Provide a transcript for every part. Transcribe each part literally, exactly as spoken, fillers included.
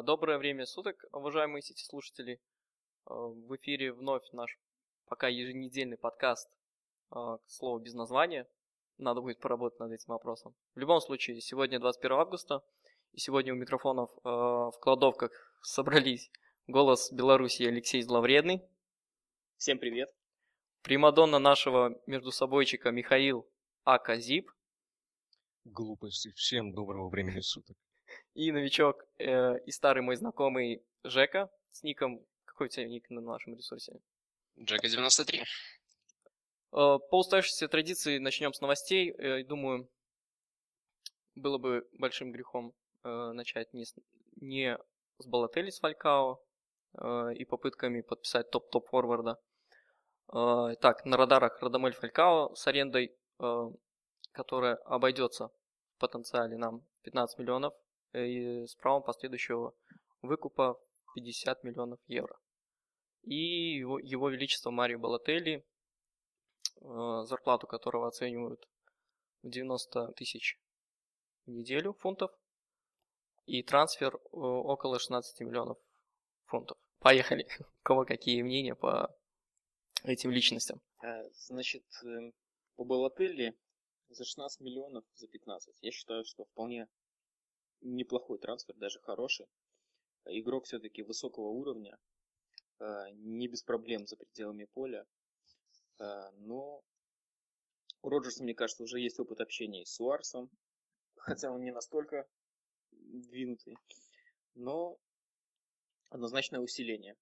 Доброе время суток, уважаемые сети-слушатели. В эфире вновь наш пока еженедельный подкаст к слову без названия. Надо будет поработать над этим вопросом. В любом случае, сегодня двадцать первое августа, и сегодня у микрофонов в кладовках собрались голос Беларуси Алексей Зловредный. Всем привет. Примадонна нашего междусобойчика Михаил Аказип. Глупости. Всем доброго времени суток. И новичок э, и старый мой знакомый Жека с ником... Какой у тебя ник на нашем ресурсе? Джека девяносто три. Э, по устоявшейся традиции начнем с новостей. Э, думаю, было бы большим грехом э, начать не с, не с Балотелли с Фалькао э, и попытками подписать топ-топ форварда. Э, так, на радарах Радамель Фалькао с арендой, э, которая обойдется в потенциале нам пятнадцать миллионов. И с правом последующего выкупа пятьдесят миллионов евро. И его, его величество Марио Балотелли, э, зарплату которого оценивают в девяносто тысяч в неделю фунтов, и трансфер э, около шестнадцать миллионов фунтов. Поехали. У кого какие мнения по этим личностям? Значит, по Балотелли за шестнадцать миллионов, за пятнадцать. Я считаю, что вполне неплохой трансфер, даже хороший. Игрок все-таки высокого уровня, не без проблем за пределами поля. Но у Роджерса, мне кажется, уже есть опыт общения с Суаресом, хотя он не настолько двинутый, но однозначное усиление.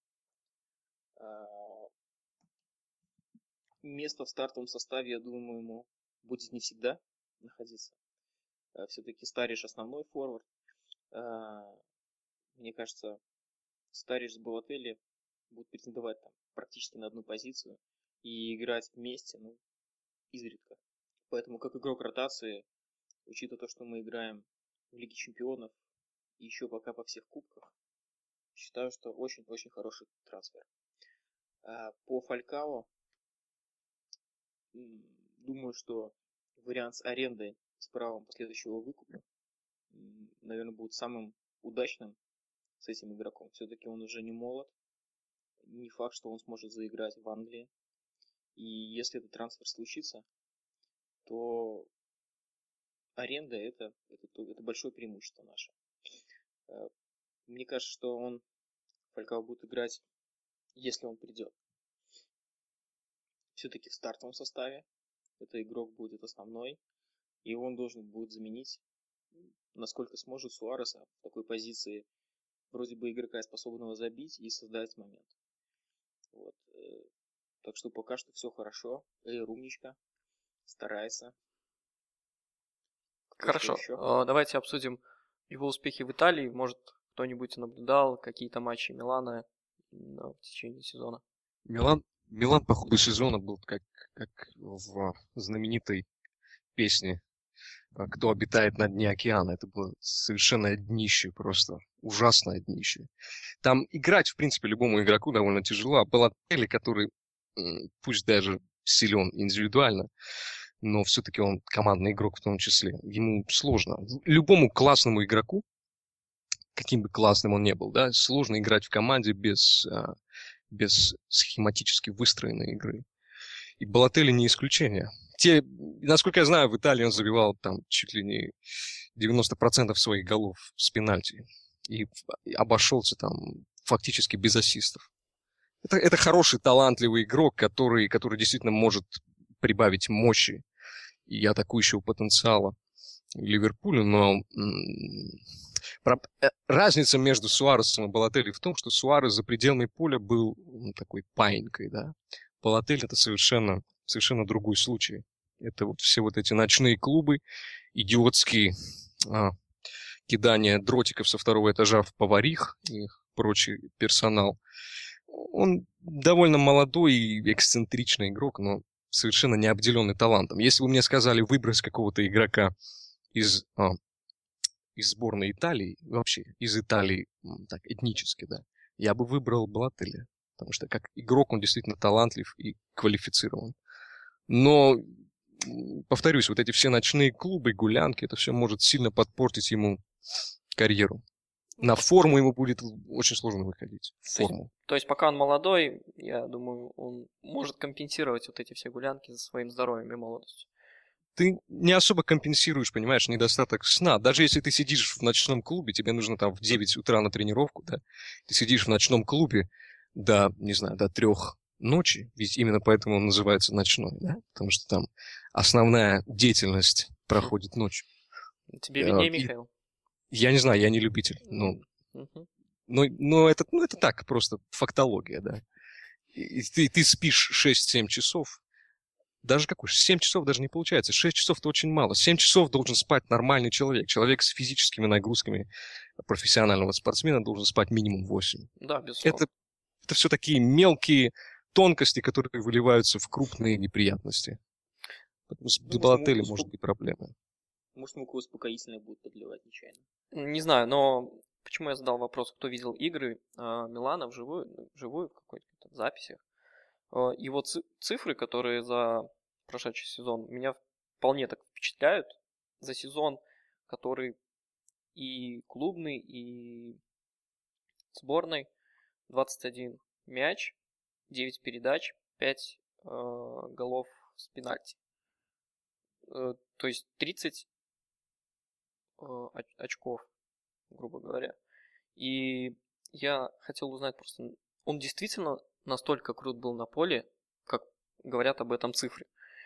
Место в стартовом составе, я думаю, ему будет не всегда находиться. Все-таки Старридж основной форвард. Мне кажется, Старридж с Балотелли будут претендовать там практически на одну позицию и играть вместе, ну, изредка. Поэтому как игрок ротации, учитывая то, что мы играем в Лиге Чемпионов и еще пока по всех кубках, считаю, что очень-очень хороший трансфер. По Фалькао, думаю, что вариант с арендой с правом последующего выкупа, наверное, будет самым удачным с этим игроком. Все-таки он уже не молод. Не факт, что он сможет заиграть в Англии. И если этот трансфер случится, то аренда это, это, это большое преимущество наше. Мне кажется, что он, Фалькао, будет играть, если он придет, все-таки в стартовом составе. Это игрок будет основной. И он должен будет заменить, насколько сможет, Суареса в такой позиции вроде бы игрока, способного забить и создать момент. Вот. Так что пока что все хорошо. Эй, умничка. Старается. Хорошо. Давайте обсудим его успехи в Италии. Может, кто-нибудь наблюдал какие-то матчи Милана в течение сезона? Милан, Милан по ходу сезона был как, как в знаменитой песне «Кто обитает на дне океана». Это было совершенно днище, просто ужасное днище. Там играть, в принципе, любому игроку довольно тяжело. А Балотелли, который, пусть даже силен индивидуально, но все-таки он командный игрок в том числе. Ему сложно. Любому классному игроку, каким бы классным он ни был, да, сложно играть в команде без, без схематически выстроенной игры. И Балотелли не исключение. Те, насколько я знаю, в Италии он забивал там чуть ли не девяносто процентов своих голов с пенальти. И обошелся там фактически без ассистов. Это, это хороший, талантливый игрок, который, который действительно может прибавить мощи и атакующего потенциала Ливерпулю. Но м- про- разница между Суаресом и Балотелли в том, что Суарес за пределами поля был ну, такой паинькой, да. Балотелли — это совершенно, совершенно другой случай. Это вот все вот эти ночные клубы, идиотские а, кидания дротиков со второго этажа в поварих и прочий персонал. Он довольно молодой и эксцентричный игрок, но совершенно не обделенный талантом. Если бы мне сказали выбрать какого-то игрока из, а, из сборной Италии, вообще из Италии, так, этнически, да, я бы выбрал Балотелли. Потому что как игрок он действительно талантлив и квалифицирован. Но, повторюсь, вот эти все ночные клубы, гулянки, это все может сильно подпортить ему карьеру. на форму ему будет очень сложно выходить. В То есть, форму. то есть пока он молодой, я думаю, он может компенсировать вот эти все гулянки за своим здоровьем и молодостью. Ты не особо компенсируешь, понимаешь, недостаток сна. Даже если ты сидишь в ночном клубе, тебе нужно там в девять утра на тренировку, да, ты сидишь в ночном клубе до, не знаю, до трех ночи, ведь именно поэтому он называется ночной, да, потому что там основная деятельность проходит ночью. Тебе виднее, И Михаил. я не знаю, я не любитель, ну, Мгм. но, но это, ну, это так, просто фактология, да. И и ты, ты спишь шесть-семь часов, даже какой? семь часов даже не получается. шесть часов это очень мало. семь часов должен спать нормальный человек. Человек с физическими нагрузками профессионального спортсмена должен спать минимум восемь. Да, безусловно. Это, это все такие мелкие тонкости, которые выливаются в крупные неприятности. Поэтому с Ну, может, Балотелли ему может успок- быть проблема. Может, ему какое успокоительное будут подливать нечаянно. Не знаю, но почему я задал вопрос, кто видел игры а, Милана вживую, ну, вживую в какой-то там записях. А, Его ци- цифры, которые за прошедший сезон, меня вполне так впечатляют. За сезон, который и клубный, и сборной, двадцать один мяч, девять передач, пять э, голов с пенальти. Э, то есть тридцать э, оч- очков, грубо говоря. И я хотел узнать просто, он действительно настолько крут был на поле, как говорят об этом цифры.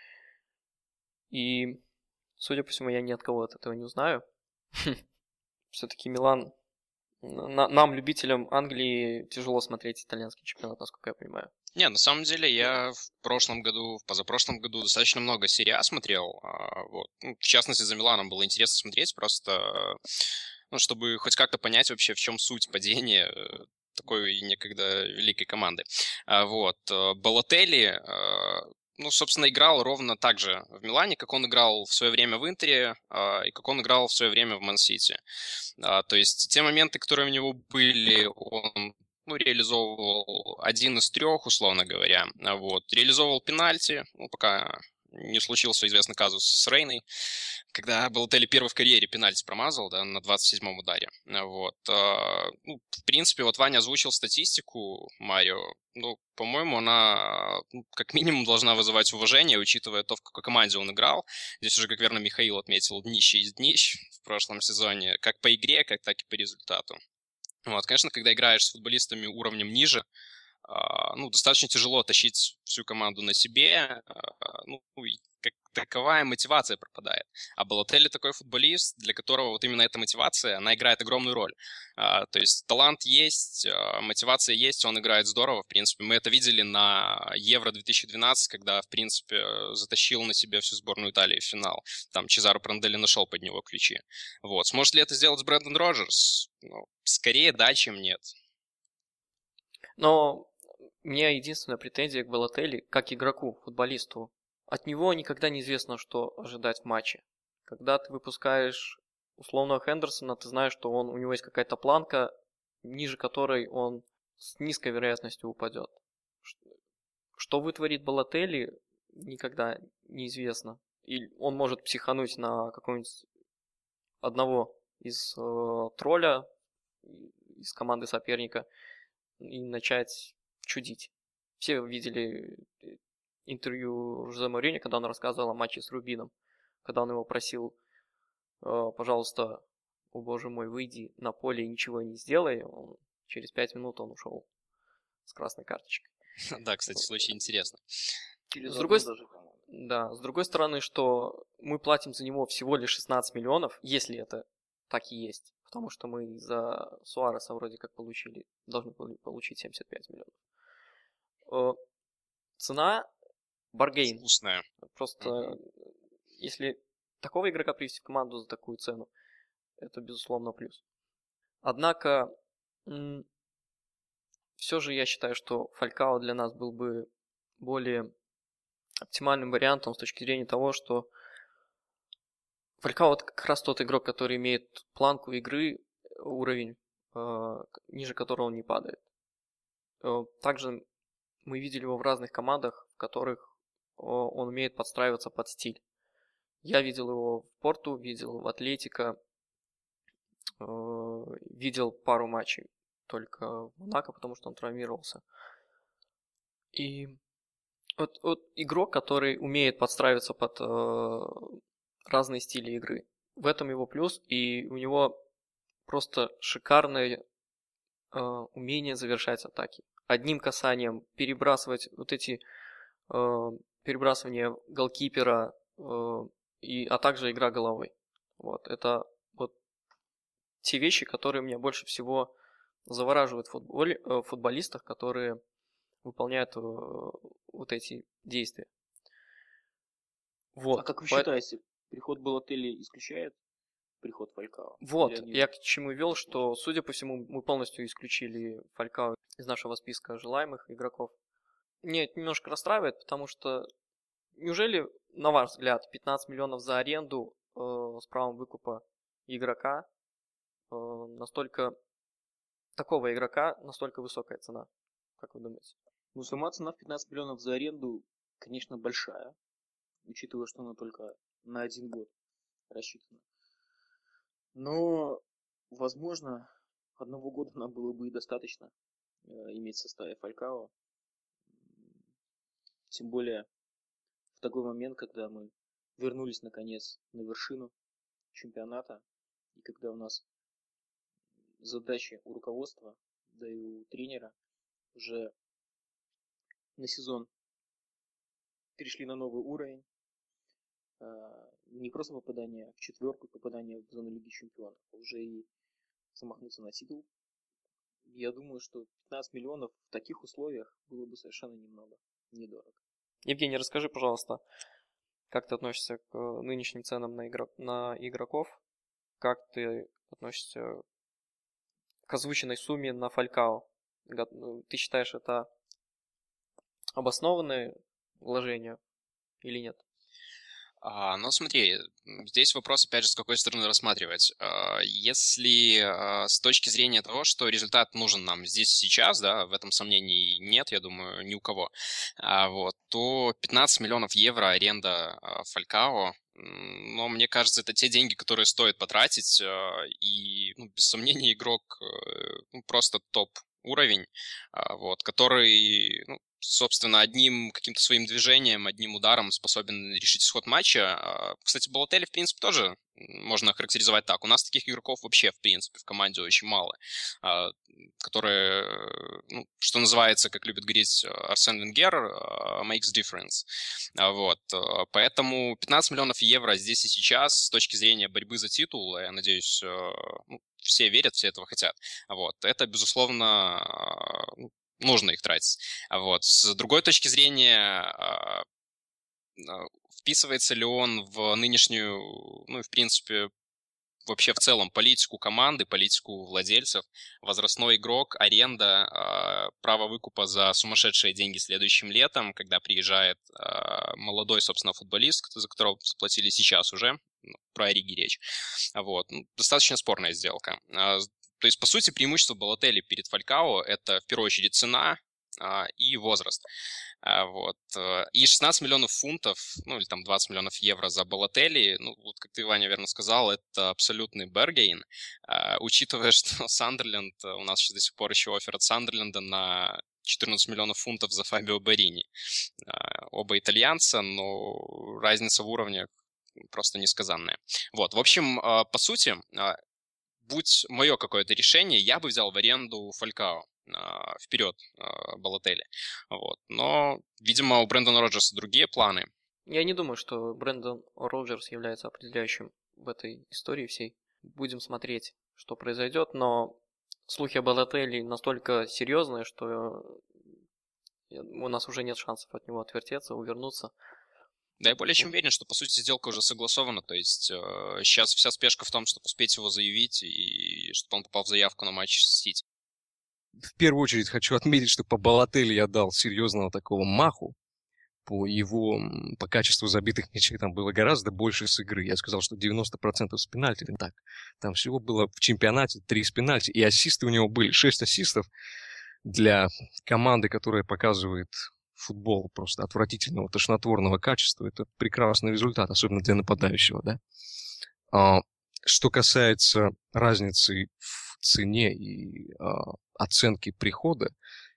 И, судя по всему, я ни от кого от этого не узнаю. Все-таки Милан... на- Нам, любителям Англии, тяжело смотреть итальянский чемпионат, насколько я понимаю. Не, на самом деле я в прошлом году, в позапрошлом году достаточно много серий А смотрел. а, Вот. Ну, в частности, за Миланом было интересно смотреть, просто, ну, чтобы хоть как-то понять вообще, в чем суть падения э, такой некогда великой команды. А, Вот. э, Балотелли, э, ну, собственно, играл ровно так же в Милане, как он играл в свое время в Интере а, и как он играл в свое время в Ман-Сити. А, То есть те моменты, которые у него были, он ну, реализовывал один из трех, условно говоря. А, Вот. Реализовывал пенальти, ну, пока не случился известный казус с Рейной, когда Балотелли первый в карьере пенальти промазал, да, на двадцать седьмом ударе. А, Вот. А, Ну, в принципе, вот Ваня озвучил статистику Марио. Ну, по-моему, она ну, как минимум должна вызывать уважение, учитывая то, в какой команде он играл. Здесь уже, как верно Михаил отметил, днище из днищ в прошлом сезоне, как по игре, как так и по результату. Вот, конечно, когда играешь с футболистами уровнем ниже, а, ну, достаточно тяжело тащить всю команду на себе, а, ну, и как таковая мотивация пропадает. А Балотелли такой футболист, для которого вот именно эта мотивация, она играет огромную роль. А, То есть талант есть, а, мотивация есть, он играет здорово, в принципе. Мы это видели на Евро две тысячи двенадцать, когда, в принципе, затащил на себе всю сборную Италии в финал. Там Чезаро Пранделли нашел под него ключи. Вот. Сможет ли это сделать Брэндон Роджерс? Ну, скорее да, чем нет. Но у меня единственная претензия к Балотелли, как игроку, футболисту. От него никогда не известно, что ожидать в матче. Когда ты выпускаешь условного Хендерсона, ты знаешь, что он, у него есть какая-то планка, ниже которой он с низкой вероятностью упадет. Ш- Что вытворит Балотелли, никогда неизвестно. И он может психануть на какого-нибудь одного из э, тролля, из команды соперника, и начать чудить. Все видели интервью Жозе Мourinho, когда он рассказывал о матче с Рубином, когда он его просил, э, пожалуйста, о боже мой, выйди на поле и ничего не сделай. Он, через пять минут он ушел с красной карточкой. Да, кстати, случай интересно. Через С другой, одну даже, по-моему. да, с другой стороны, что мы платим за него всего лишь шестнадцать миллионов, если это так и есть. Потому что мы за Суареса вроде как получили, должны были получить семьдесят пять миллионов. Э, Цена баргейн. Вкусная. Просто Мгм. если такого игрока привести в команду за такую цену, это безусловно плюс. Однако все же я считаю, что Фалькао для нас был бы более оптимальным вариантом с точки зрения того, что Фалькао это как раз тот игрок, который имеет планку игры, уровень, э, ниже которого он не падает. Э, Также мы видели его в разных командах, в которых э, он умеет подстраиваться под стиль. Я видел его в Порту, видел в Атлетико, видел пару матчей только в Монако, потому что он травмировался. И вот, вот игрок, который умеет подстраиваться под э, разные стили игры. В этом его плюс, и у него просто шикарное э, умение завершать атаки. Одним касанием перебрасывать вот эти э, перебрасывания голкипера, э, и, а также игра головой. Вот, это вот те вещи, которые меня больше всего завораживают в футболе, э, футболистах, которые выполняют э, вот эти действия. Вот. А как вы По... считаете, приход Балотелли исключает приход Фалькао? Вот, я к чему вел, что, судя по всему, мы полностью исключили Фалькао из нашего списка желаемых игроков. Меня это немножко расстраивает, потому что неужели, на ваш взгляд, пятнадцать миллионов за аренду э, с правом выкупа игрока, э, настолько такого игрока, настолько высокая цена? Как вы думаете? Ну, сама цена в пятнадцать миллионов за аренду, конечно, большая, учитывая, что она только на один год рассчитана. Но, возможно, одного года нам было бы и достаточно э, иметь в составе Фалькао. Тем более в такой момент, когда мы вернулись наконец на вершину чемпионата, и когда у нас задачи у руководства, да и у тренера уже на сезон перешли на новый уровень. Не просто попадание в четверку, попадание в зону Лиги Чемпионов, а уже и замахнуться на титул. Я думаю, что пятнадцать миллионов в таких условиях было бы совершенно немного, недорого. Евгений, расскажи, пожалуйста, как ты относишься к нынешним ценам на, игрок, на игроков? Как ты относишься к озвученной сумме на Фалькао? Ты считаешь, это обоснованное вложение или нет? А, ну, смотри, здесь вопрос, опять же, с какой стороны рассматривать. А, если а, с точки зрения того, что результат нужен нам здесь и сейчас, да, в этом сомнений нет, я думаю, ни у кого, а, вот, то пятнадцать миллионов евро аренда а, Фалькао, но мне кажется, это те деньги, которые стоит потратить, а, и, ну, без сомнения, игрок ну, просто топ-уровень, а, вот, который, ну, собственно, одним каким-то своим движением, одним ударом способен решить исход матча. Кстати, Балотелли, в принципе, тоже можно охарактеризовать так. У нас таких игроков вообще, в принципе, в команде очень мало, которые, ну, что называется, как любит говорить Арсен Венгер, makes difference. Вот. Поэтому пятнадцать миллионов евро здесь и сейчас с точки зрения борьбы за титул, я надеюсь, ну, все верят, все этого хотят. Вот. Это, безусловно, нужно их тратить. Вот. С другой точки зрения, вписывается ли он в нынешнюю, ну и в принципе вообще в целом политику команды, политику владельцев, возрастной игрок, аренда, право выкупа за сумасшедшие деньги следующим летом, когда приезжает молодой, собственно, футболист, за которого заплатили сейчас уже, про Ориги речь. Вот. Достаточно спорная сделка. То есть, по сути, преимущество Балотелли перед Фалькао – это, в первую очередь, цена а, и возраст. А, вот. И шестнадцать миллионов фунтов, ну, или там двадцать миллионов евро за Балотелли, ну, вот как ты, Ваня, верно сказал, это абсолютный бергейн, а, учитывая, что Сандерленд, у нас сейчас до сих пор еще оффер от Сандерленда на четырнадцать миллионов фунтов за Фабио Борини. А, оба итальянца, но разница в уровне просто несказанная. Вот, в общем, по сути, будь мое какое-то решение, я бы взял в аренду Фалькао э, вперед э, Балотелли. Вот. Но, видимо, у Брэндона Роджерса другие планы. Я не думаю, что Брэндон Роджерс является определяющим в этой истории всей. Будем смотреть, что произойдет, но слухи о Балотелли настолько серьезные, что у нас уже нет шансов от него отвертеться, увернуться. Да, я более чем уверен, что, по сути, сделка уже согласована. То есть э, сейчас вся спешка в том, чтобы успеть его заявить и чтобы он попал в заявку на матч с Сити. В первую очередь хочу отметить, что по Балотелли я дал серьезного такого маху. По его, по качеству забитых мячей там было гораздо больше с игры. Я сказал, что девяносто процентов с пенальти. Так, там всего было в чемпионате три с пенальти. И ассисты у него были. шесть ассистов для команды, которая показывает футбол просто отвратительного, тошнотворного качества. Это прекрасный результат, особенно для нападающего, да. А, что касается разницы в цене и э, оценки прихода,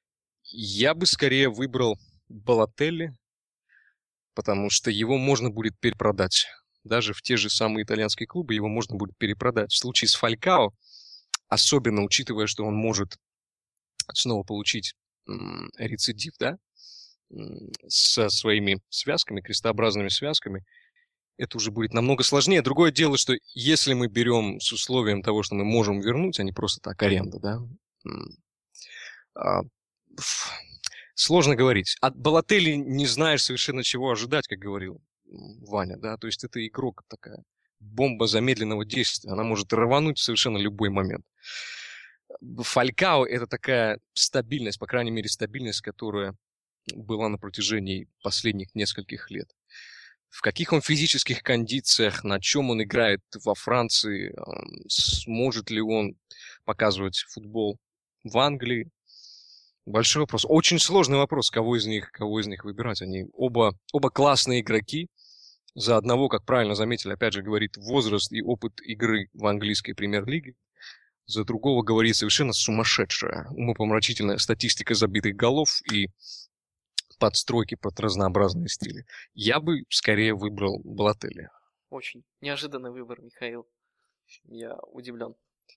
я бы скорее выбрал Балотелли, потому что его можно будет перепродать. Даже в те же самые итальянские клубы его можно будет перепродать. В случае с Фалькао, особенно учитывая, что он может снова получить м, рецидив, да, м, со своими связками, крестообразными связками, это уже будет намного сложнее. Другое дело, что если мы берем с условием того, что мы можем вернуть, а не просто так аренда, да, м, а, ф- сложно говорить. От Балотелли не знаешь совершенно чего ожидать, как говорил м, Ваня, да, то есть это игрок такая, бомба замедленного действия, она может рвануть в совершенно любой момент. Фалькао — это такая стабильность, по крайней мере, стабильность, которая была на протяжении последних нескольких лет. В каких он физических кондициях, на чем он играет во Франции, сможет ли он показывать футбол в Англии? Большой вопрос. Очень сложный вопрос, кого из них, кого из них выбирать. Они оба, оба классные игроки. За одного, как правильно заметили, опять же, говорит возраст и опыт игры в английской премьер-лиге. За другого говорит совершенно сумасшедшая, умопомрачительная статистика забитых голов и подстройки под разнообразные стили. Я бы скорее выбрал Балотелли. Очень неожиданный выбор, Михаил. Я удивлен.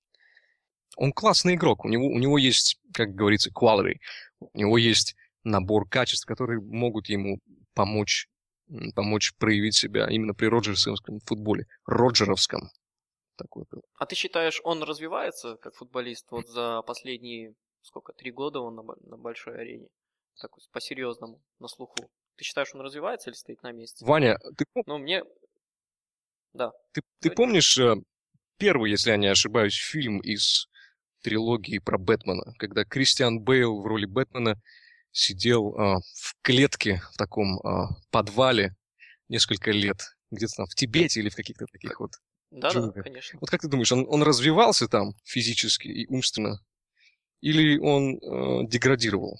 Он классный игрок. У него, у него есть, как говорится, quality. У него есть набор качеств, которые могут ему помочь, помочь проявить себя именно при роджерсовском футболе. Роджеровском. Такой был. А ты считаешь, он развивается как футболист вот за последние, сколько, три года он на, на большой арене? Так вот, по-серьезному, на слуху. Ты считаешь, он развивается или стоит на месте? Ваня, ты, Ну, мне... Да. ты, ты помнишь первый, если я не ошибаюсь, фильм из трилогии про Бэтмена, когда Кристиан Бейл в роли Бэтмена сидел э, в клетке в таком э, подвале несколько лет, где-то там в Тибете или в каких-то таких вот Да, джунглях. да, конечно. Вот как ты думаешь, он, он развивался там физически и умственно, или он э, деградировал?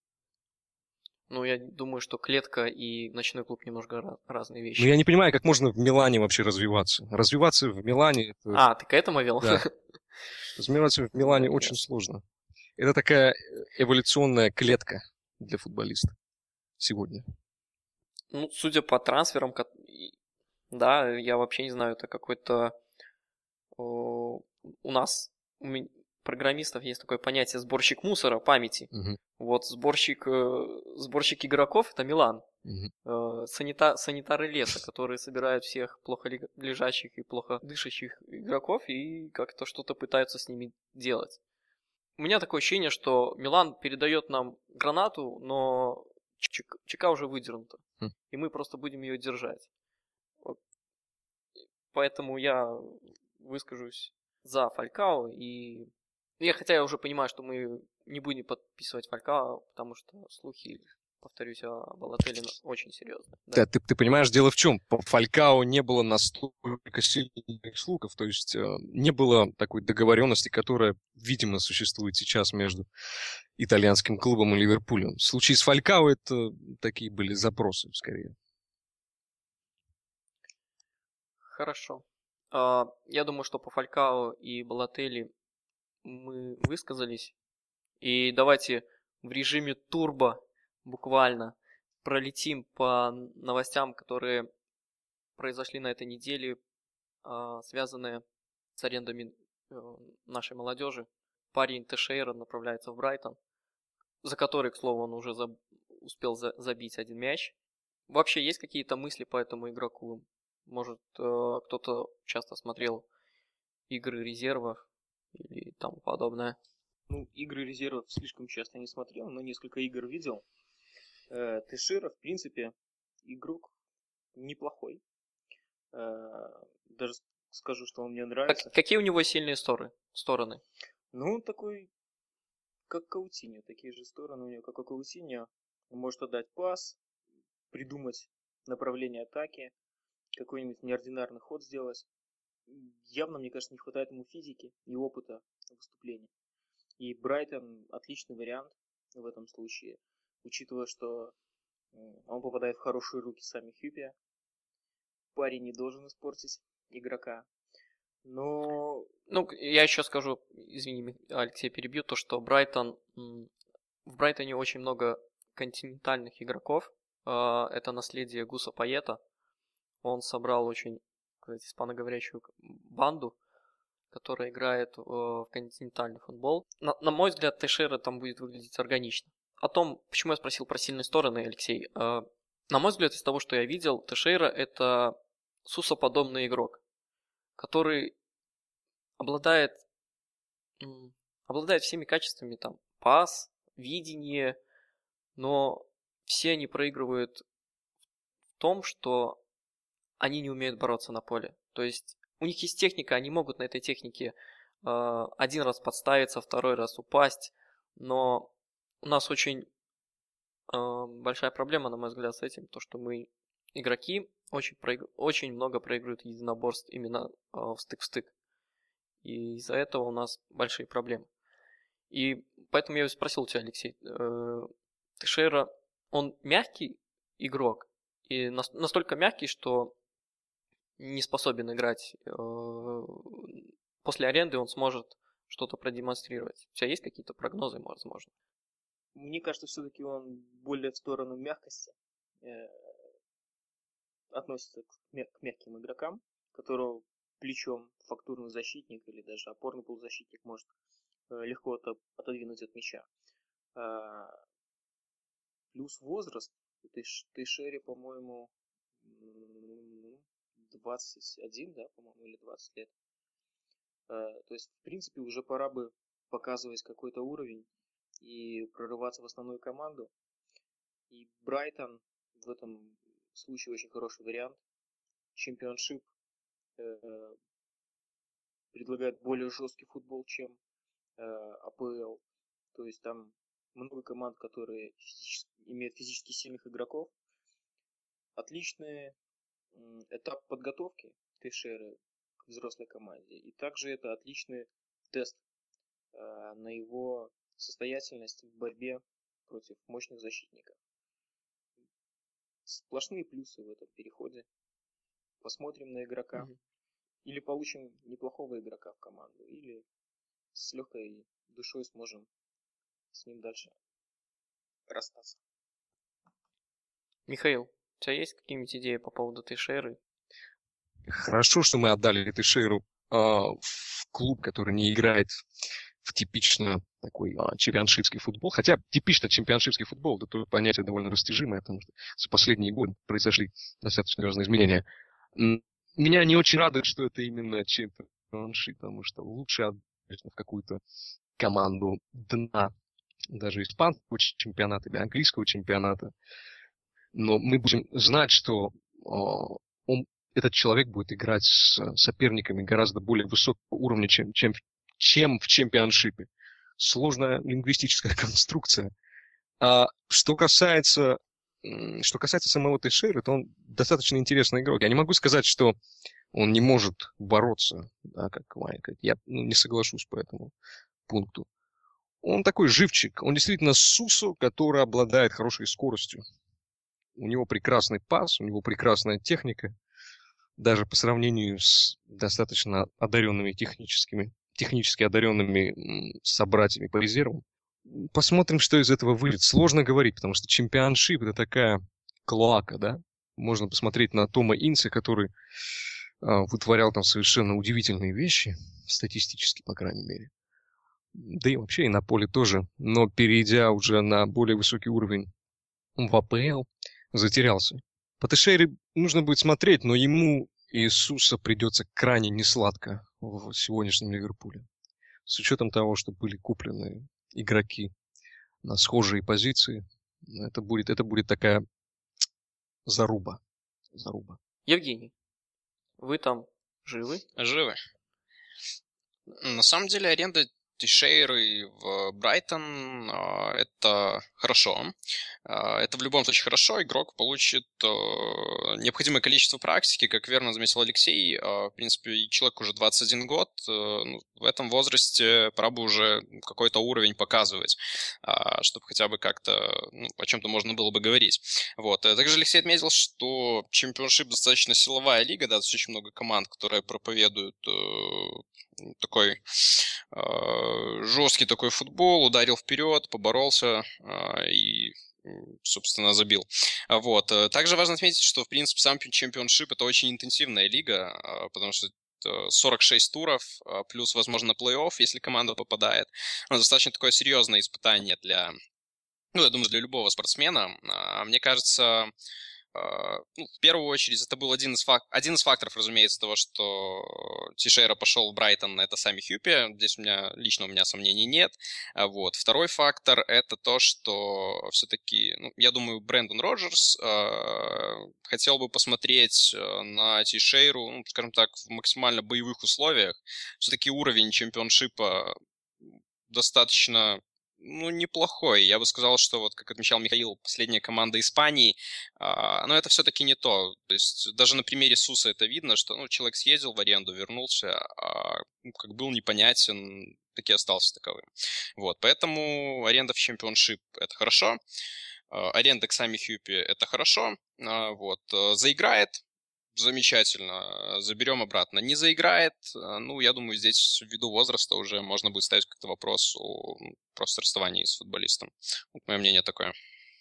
Ну, я думаю, что клетка и ночной клуб немножко ra- разные вещи. Ну, я не понимаю, как можно в Милане вообще развиваться. Развиваться в Милане... Это, А, ты к этому вел? да. Развиваться в Милане Да, очень ясно. сложно. Это такая эволюционная клетка для футболиста сегодня. Ну, судя по трансферам, ко- и- да, я вообще не знаю, это какой-то... о, У нас, у мен- программистов есть такое понятие сборщик мусора памяти. Мгм, Вот сборщик, э, сборщик игроков это Милан. мгм. Э, санита- санитары леса, которые собирают всех плохо ли- лежащих и плохо дышащих игроков и как-то что-то пытаются с ними делать. У меня такое ощущение, что Милан передает нам гранату, но чек- чека уже выдернута. Хм. И мы просто будем ее держать. Вот. Поэтому я выскажусь за Фалькао. И я, хотя я уже понимаю, что мы не будем подписывать Фалькао, потому что слухи, повторюсь, о Балотелли очень серьезные. Да. Да, ты, ты понимаешь, дело в чем? По Фалькао не было настолько сильных слухов, то есть э, не было такой договоренности, которая, видимо, существует сейчас между итальянским клубом и Ливерпулем. В случае с Фалькао это такие были запросы, скорее. Хорошо. А, Я думаю, что по Фалькао и Балотелли мы высказались. И давайте в режиме турбо буквально пролетим по новостям, которые произошли на этой неделе, а, связанные с арендами э, нашей молодежи. Парень Тешейра направляется в Брайтон, за который, к слову, он уже заб- успел за- забить один мяч. Вообще есть какие-то мысли по этому игроку? Может, э, кто-то часто смотрел игры резервов или тому подобное? Ну, игры резервов слишком часто не смотрел, но несколько игр видел. Э, Тешира, в принципе, игрок неплохой. Э, даже скажу, что он мне Как- нравится. какие у него сильные стороны? стороны? Ну, он такой, как Каутиньо. Такие же стороны у него, как у Каутиньо. Он может отдать пас, придумать направление атаки, какой-нибудь неординарный ход сделать. Явно, мне кажется, не хватает ему физики и опыта выступления. И Брайтон отличный вариант в этом случае, учитывая, что он попадает в хорошие руки сами Хюппи. Парень не должен испортить игрока. Но... Ну, я еще скажу, извини, Алексей, перебью, то, что Брайтон... В Брайтоне очень много континентальных игроков. Это наследие Гуса Пайета. Он собрал очень, сказать, испаноговорящую банду, которая играет в континентальный футбол. На, на мой взгляд, Тейшейра там будет выглядеть органично. О том, почему я спросил про сильные стороны, Алексей. На мой взгляд, из того, что я видел, Тейшейра это Сусо-подобный игрок, который обладает, обладает всеми качествами, там, пас, видение, но все они проигрывают в том, что они не умеют бороться на поле. То есть у них есть техника, они могут на этой технике э, один раз подставиться, второй раз упасть, но у нас очень э, большая проблема, на мой взгляд, с этим, то, что мы, игроки, очень, проигр... очень много проигрывают единоборств именно э, в стык-в-стык. И из-за этого у нас большие проблемы. И поэтому я спросил тебя, Алексей, э, Тейшейра, он мягкий игрок, и настолько мягкий, что не способен играть. После аренды он сможет что-то продемонстрировать. У тебя есть какие-то прогнозы, возможно? Мне кажется, все-таки он более в сторону мягкости э, относится к, мяг- к мягким игрокам, которого плечом фактурный защитник или даже опорный полузащитник может э, легко от, отодвинуть от мяча. А, плюс возраст. Тейшере, по-моему, двадцать один, да, по-моему, или двадцать лет. То есть, в принципе, уже пора бы показывать какой-то уровень и прорываться в основную команду. И Брайтон в этом случае очень хороший вариант. Чемпионшип э, предлагает более жесткий футбол, чем э, АПЛ. То есть там много команд, которые физически, имеют физически сильных игроков. Отличный этап подготовки Тейшеры к взрослой команде. И также это отличный тест э, на его состоятельность в борьбе против мощных защитников. Сплошные плюсы в этом переходе. Посмотрим на игрока. Mm-hmm. Или получим неплохого игрока в команду, или с легкой душой сможем с ним дальше расстаться. Михаил, у тебя есть какие-нибудь идеи по поводу Тейшеры? Хорошо, что мы отдали Тейшеру э, в клуб, который не играет в типично такой а, чемпионшипский футбол. Хотя типично чемпионшипский футбол, это понятие довольно растяжимое, потому что за последние годы произошли достаточно разные изменения. Меня не очень радует, что это именно чемпионшип, потому что лучше отдать в какую-то команду дна даже испанского чемпионата или английского чемпионата. Но мы будем знать, что а, он, этот человек будет играть с соперниками гораздо более высокого уровня, чем, чем чем в чемпионшипе. Сложная лингвистическая конструкция. А что касается, что касается самого Тейшеры, то он достаточно интересный игрок. Я не могу сказать, что он не может бороться, да, как Майк. Я ну, не соглашусь по этому пункту. Он такой живчик. Он действительно Сусо, который обладает хорошей скоростью. У него прекрасный пас, у него прекрасная техника. Даже по сравнению с достаточно одаренными техническими технически одаренными собратьями по резерву. Посмотрим, что из этого выйдет. Сложно говорить, потому что чемпионшип — это такая клоака, да? Можно посмотреть на Тома Инса, который э, вытворял там совершенно удивительные вещи, статистически, по крайней мере. Да и вообще и на поле тоже. Но перейдя уже на более высокий уровень в АПЛ, затерялся. По Тейшере нужно будет смотреть, но ему Иисуса придется крайне несладко в сегодняшнем Ливерпуле. С учетом того, что были куплены игроки на схожие позиции, это будет, это будет такая заруба. заруба. Евгений, вы там живы? Живы. На самом деле аренда Тейшейры в Брайтон, это хорошо. Это в любом случае хорошо. Игрок получит необходимое количество практики, как верно заметил Алексей. В принципе, человек уже двадцать один год. В этом возрасте пора бы уже какой-то уровень показывать, чтобы хотя бы как-то ну, о чем-то можно было бы говорить. Вот. Также Алексей отметил, что чемпионшип достаточно силовая лига, да, очень много команд, которые проповедуют такой э, жесткий такой футбол, ударил вперед, поборолся э, и, собственно, забил. Вот. Также важно отметить, что, в принципе, сам чемпионшип — это очень интенсивная лига, э, потому что сорок шесть туров, плюс, возможно, плей-офф, если команда попадает. Но достаточно такое серьезное испытание для, ну, я думаю, для любого спортсмена. Э, мне кажется... Ну, в первую очередь, это был один из, фак... один из факторов, разумеется, того, что Тейшейра пошел в Брайтон, это Сами Хьюпи. Здесь у меня, лично у меня сомнений нет. Вот. Второй фактор — это то, что все-таки, ну, я думаю, Брэндон Роджерс э, хотел бы посмотреть на Тейшейру, ну, скажем так, в максимально боевых условиях. Все-таки уровень чемпионшипа достаточно... Ну, неплохой. Я бы сказал, что, вот, как отмечал Михаил, последняя команда Испании, а, но это все-таки не то. То есть даже на примере Суса это видно, что ну, человек съездил в аренду, вернулся, а ну, как был непонятен, так и остался таковым. Вот, поэтому аренда в чемпионшип — это хорошо. А, аренда к Сами Хьюпи — это хорошо. А, вот, заиграет. Замечательно, заберем обратно. Не заиграет, ну, я думаю, здесь ввиду возраста уже можно будет ставить как-то вопрос о просто расставании с футболистом. Вот мое мнение такое.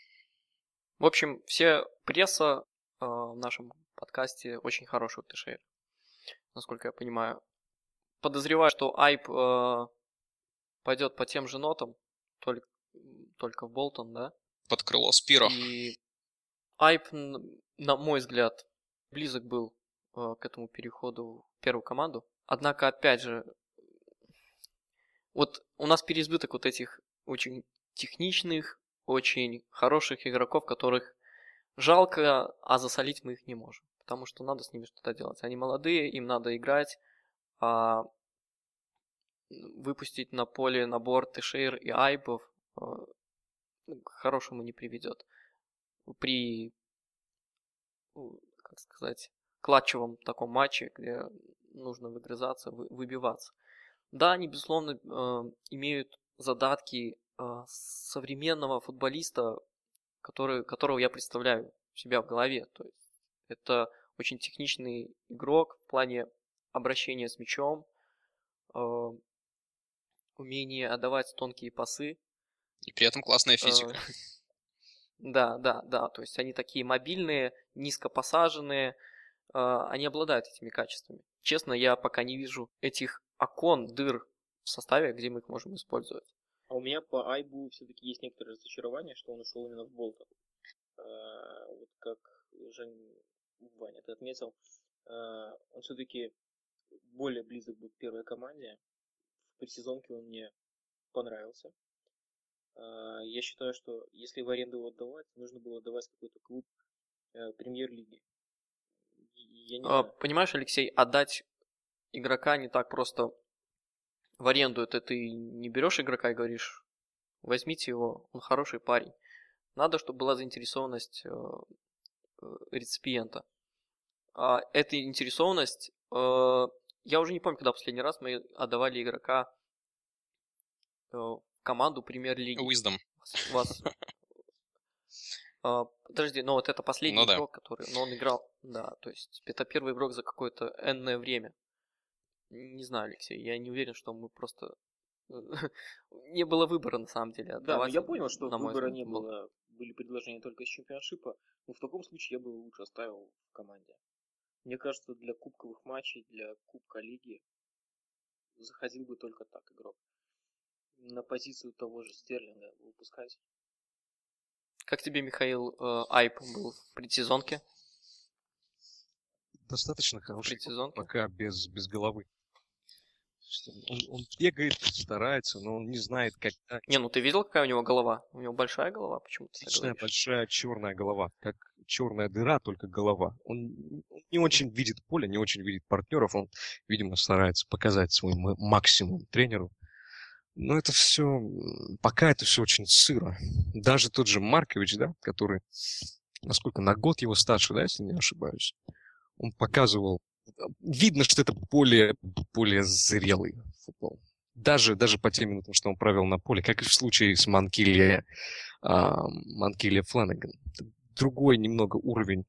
В общем, все пресса э, в нашем подкасте очень хорошая у Тейшейры, насколько я понимаю. Подозреваю, что Айп э, пойдет по тем же нотам, только, только в Болтон, да? Под крыло Спиро. И Айп, на мой взгляд, близок был э, к этому переходу в первую команду. Однако, опять же, вот у нас переизбыток вот этих очень техничных, очень хороших игроков, которых жалко, а засолить мы их не можем. Потому что надо с ними что-то делать. Они молодые, им надо играть, а выпустить на поле набор Тейшейр и Айбов э, к хорошему не приведет. При... как сказать, клатчевом таком матче, где нужно выгрызаться, вы, выбиваться. Да, они, безусловно, э, имеют задатки э, современного футболиста, который, которого я представляю у себя в голове. То есть это очень техничный игрок в плане обращения с мячом, э, умение отдавать тонкие пасы. И при этом классная физика. Э, Да, да, да. То есть они такие мобильные, низко посаженные. Э, они обладают этими качествами. Честно, я пока не вижу этих окон, дыр в составе, где мы их можем использовать. А у меня по Айбу все-таки есть некоторое разочарование, что он ушел именно в Болтон. Э, вот как Жень, Ваня, ты отметил, э, он все-таки более близок был к первой команде. В предсезонке он мне понравился. Я считаю, что если в аренду его отдавать, нужно было давать какой-то клуб э, премьер-лиги. Я не А, знаю. понимаешь, Алексей, отдать игрока не так просто в аренду. Это ты не берешь игрока и говоришь, возьмите его, он хороший парень. Надо, чтобы была заинтересованность э, реципиента. А эта интересованность, э, я уже не помню, когда последний раз мы отдавали игрока э, в команду премьер-лиги. Wisdom. У вас... Uh, подожди, но вот это последний ну, игрок, да. который... Но он играл, да, то есть это первый игрок за какое-то энное время. Не знаю, Алексей, я не уверен, что мы просто... не было выбора, на самом деле. Да, но я понял, что выбора не был. было. Были предложения только из чемпионшипа. Но в таком случае я бы его лучше оставил в команде. Мне кажется, для кубковых матчей, для Кубка Лиги заходил бы только так игрок. На позицию того же Стерлинга выпускать. Как тебе, Михаил, э, Айп был в предсезонке? Достаточно хороший, предсезонке? Пока без, без головы. Он, он бегает, старается, но он не знает, как... Не, ну ты видел, какая у него голова? У него большая голова, почему-то. Отличная большая черная голова, как черная дыра, только голова. Он не очень видит поле, не очень видит партнеров, он, видимо, старается показать свой максимум тренеру. Но это все, пока это все очень сыро. Даже тот же Маркович, да, который, насколько на год его старше, да, если не ошибаюсь, он показывал, видно, что это более, более зрелый футбол. Даже, даже по тем минутам, что он провел на поле, как и в случае с Манкиле, а, Манкиле Фланаган. Другой немного уровень,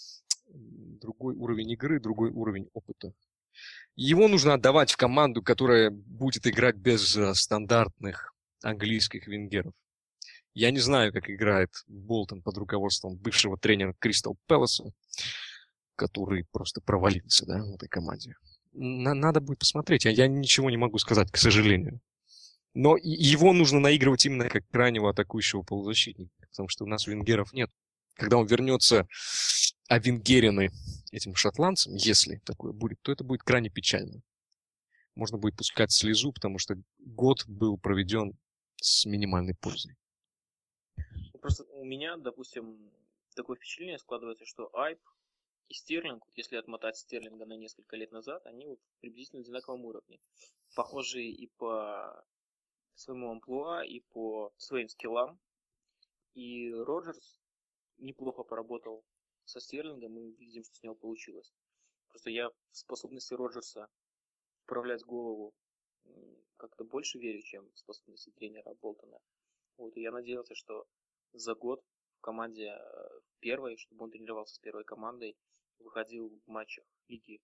другой уровень игры, другой уровень опыта. Его нужно отдавать в команду, которая будет играть без uh, стандартных английских вингеров. Я не знаю, как играет Болтон под руководством бывшего тренера Кристал Пэласа, который просто провалился, да, в этой команде. На- надо будет посмотреть. Я, я ничего не могу сказать, к сожалению. Но его нужно наигрывать именно как крайнего атакующего полузащитника, потому что у нас вингеров нет. Когда он вернется овенгерены этим шотландцам, если такое будет, то это будет крайне печально. Можно будет пускать слезу, потому что год был проведен с минимальной пользой. Просто у меня, допустим, такое впечатление складывается, что Айб и Стерлинг, если отмотать Стерлинга на несколько лет назад, они вот приблизительно на одинаковом уровне. Похожие и по своему амплуа, и по своим скиллам. И Роджерс неплохо поработал со Стерлингом, мы видим, что с него получилось. Просто я в способности Роджерса управлять голову как-то больше верю, чем в способности тренера Болтона. Вот, и я надеялся, что за год в команде первой, чтобы он тренировался с первой командой, выходил в матчах лиги,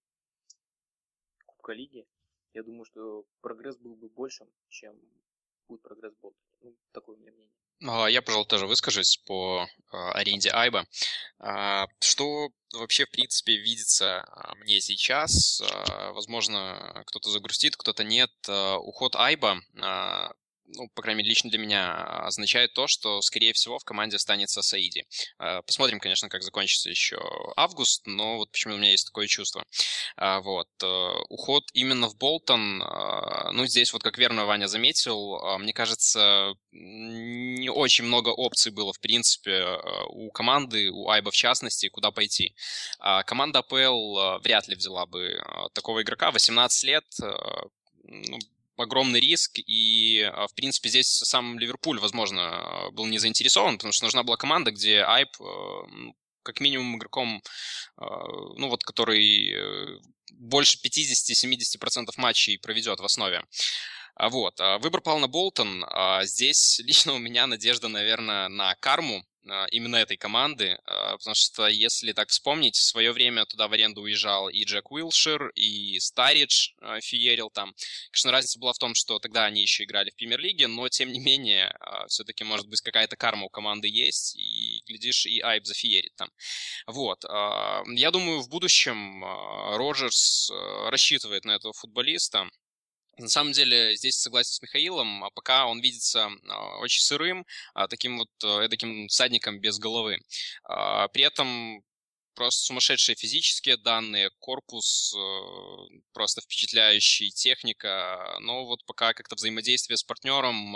Кубка Лиги. Я думаю, что прогресс был бы большим, чем будет прогресс Болтона. Ну, такое у меня мнение. Я, пожалуй, тоже выскажусь по э, аренде Айба. А, что вообще, в принципе, видится мне сейчас? А, возможно, кто-то загрустит, кто-то нет. А, уход Айба, а, ну, по крайней мере, лично для меня означает то, что, скорее всего, в команде останется Саиди. А, посмотрим, конечно, как закончится еще август, но вот почему у меня есть такое чувство. А, вот. Уход именно в Болтон, а, ну, здесь вот, как верно Ваня заметил, а, мне кажется, не очень много опций было, в принципе, у команды, у Айба в частности, куда пойти. А, команда АПЛ вряд ли взяла бы такого игрока. восемнадцать лет, ну, огромный риск, и, в принципе, здесь сам Ливерпуль, возможно, был не заинтересован, потому что нужна была команда, где Айб, как минимум, игроком, ну вот, который больше пятьдесят-семьдесят процентов матчей проведет в основе. Вот. Выбор пал на Болтон. Здесь лично у меня надежда, наверное, на карму именно этой команды, потому что, если так вспомнить, в свое время туда в аренду уезжал и Джек Уилшир, и Старидж феерил там. Конечно, разница была в том, что тогда они еще играли в премьер-лиге, но, тем не менее, все-таки, может быть, какая-то карма у команды есть, и, глядишь, и Айб зафеерит там. Вот. Я думаю, в будущем Роджерс рассчитывает на этого футболиста. На самом деле, здесь согласен с Михаилом, а пока он видится очень сырым, таким вот эдаким всадником без головы. При этом просто сумасшедшие физические данные, корпус просто впечатляющий, техника, но вот пока как-то взаимодействие с партнером,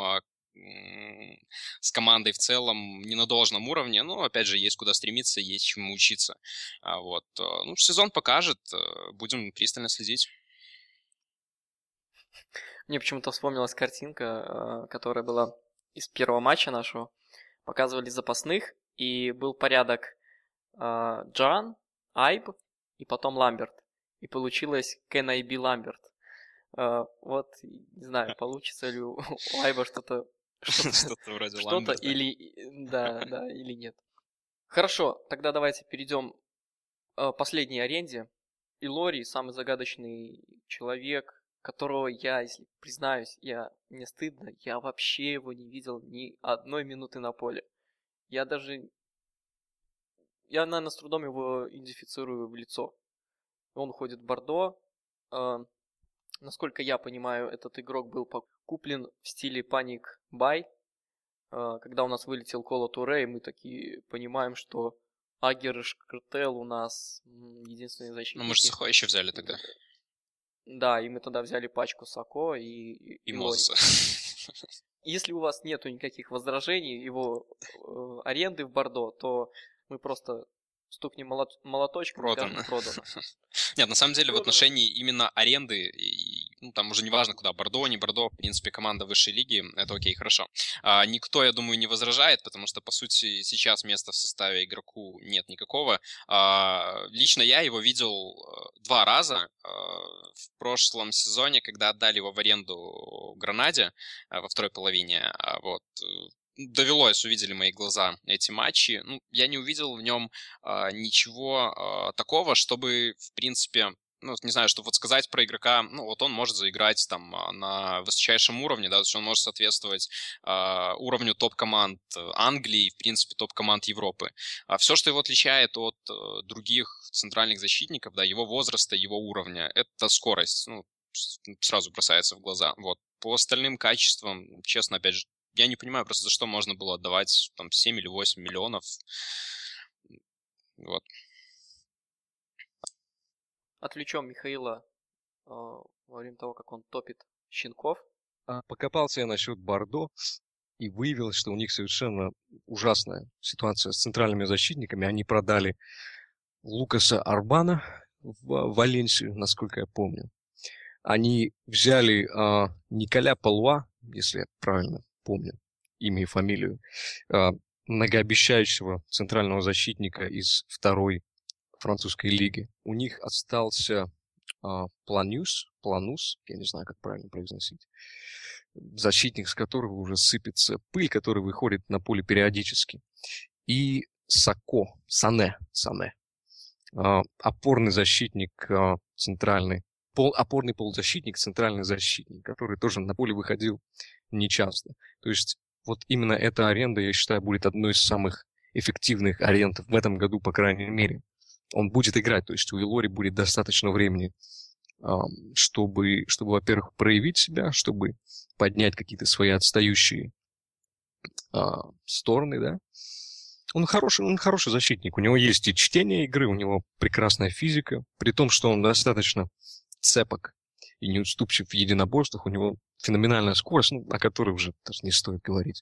с командой в целом не на должном уровне, но, опять же, есть куда стремиться, есть чему учиться. Вот. Ну, сезон покажет, будем пристально следить. Мне почему-то вспомнилась картинка, которая была из первого матча нашего. Показывали запасных, и был порядок Джан, Айб и потом Ламберт. И получилось Can I be Ламберт. Вот, не знаю, получится ли у Айба что-то что-то вроде что-то Ламберта. или да, да, или нет. Хорошо, тогда давайте перейдем к последней аренде. Илори, самый загадочный человек, которого я, если признаюсь, я не стыдно, я вообще его не видел ни одной минуты на поле. Я даже, я, наверное, с трудом его идентифицирую в лицо. Он уходит в Бордо. Э, насколько я понимаю, этот игрок был куплен в стиле Panic Buy. Э, когда у нас вылетел Коло Туре, и мы такие понимаем, что Агер и Шкртел у нас единственные защитники. Ну, мы же Сахо еще взяли тогда. Да, и мы тогда взяли пачку Сако и, и, и Мозеса. Если у вас нету никаких возражений его э, аренды в Бордо, то мы просто стукнем молот- молоточком продано. и скажем продано. Нет, на самом деле продано. В отношении именно аренды, ну, там уже не важно куда, Бордо, не Бордо, в принципе, команда высшей лиги, это окей, хорошо. А, никто, я думаю, не возражает, потому что, по сути, сейчас места в составе игроку нет никакого. А, лично я его видел два раза а, в прошлом сезоне, когда отдали его в аренду Гранаде а, во второй половине, а, вот. Довелось, увидели мои глаза эти матчи. Ну, я не увидел в нем а, ничего а, такого, чтобы, в принципе, ну, не знаю, чтобы вот сказать про игрока, ну, вот он может заиграть там на высочайшем уровне, да, то есть он может соответствовать а, уровню топ-команд Англии, в принципе, топ-команд Европы. А все, что его отличает от а, других центральных защитников, да, его возраста, его уровня, это скорость, ну, сразу бросается в глаза. Вот. По остальным качествам, честно, опять же, я не понимаю просто, за что можно было отдавать там семь или восемь миллионов. Вот. Отвлечем Михаила э, во время того, как он топит щенков. А, Покопался я насчет Бордо и выявилось, что у них совершенно ужасная ситуация с центральными защитниками. Они продали Лукаса Орбана в Валенсию, насколько я помню. Они взяли а, Николя Палуа, если я правильно помню имя и фамилию, а, многообещающего центрального защитника из второй французской лиги. У них остался а, Планюс, Планус, я не знаю, как правильно произносить, защитник, с которого уже сыпется пыль, который выходит на поле периодически. И Сако, Сане, Сане, а, опорный защитник а, центральный, пол, опорный полузащитник, центральный защитник, который тоже на поле выходил нечасто. То есть вот именно эта аренда, я считаю, будет одной из самых эффективных аренд в этом году, по крайней мере. Он будет играть, то есть у Илори будет достаточно времени, чтобы, чтобы, во-первых, проявить себя, чтобы поднять какие-то свои отстающие а, стороны, да. Он хороший, он хороший защитник, у него есть и чтение игры, у него прекрасная физика, при том, что он достаточно цепок и неуступчив в единоборствах, у него феноменальная скорость, ну, о которой уже даже не стоит говорить.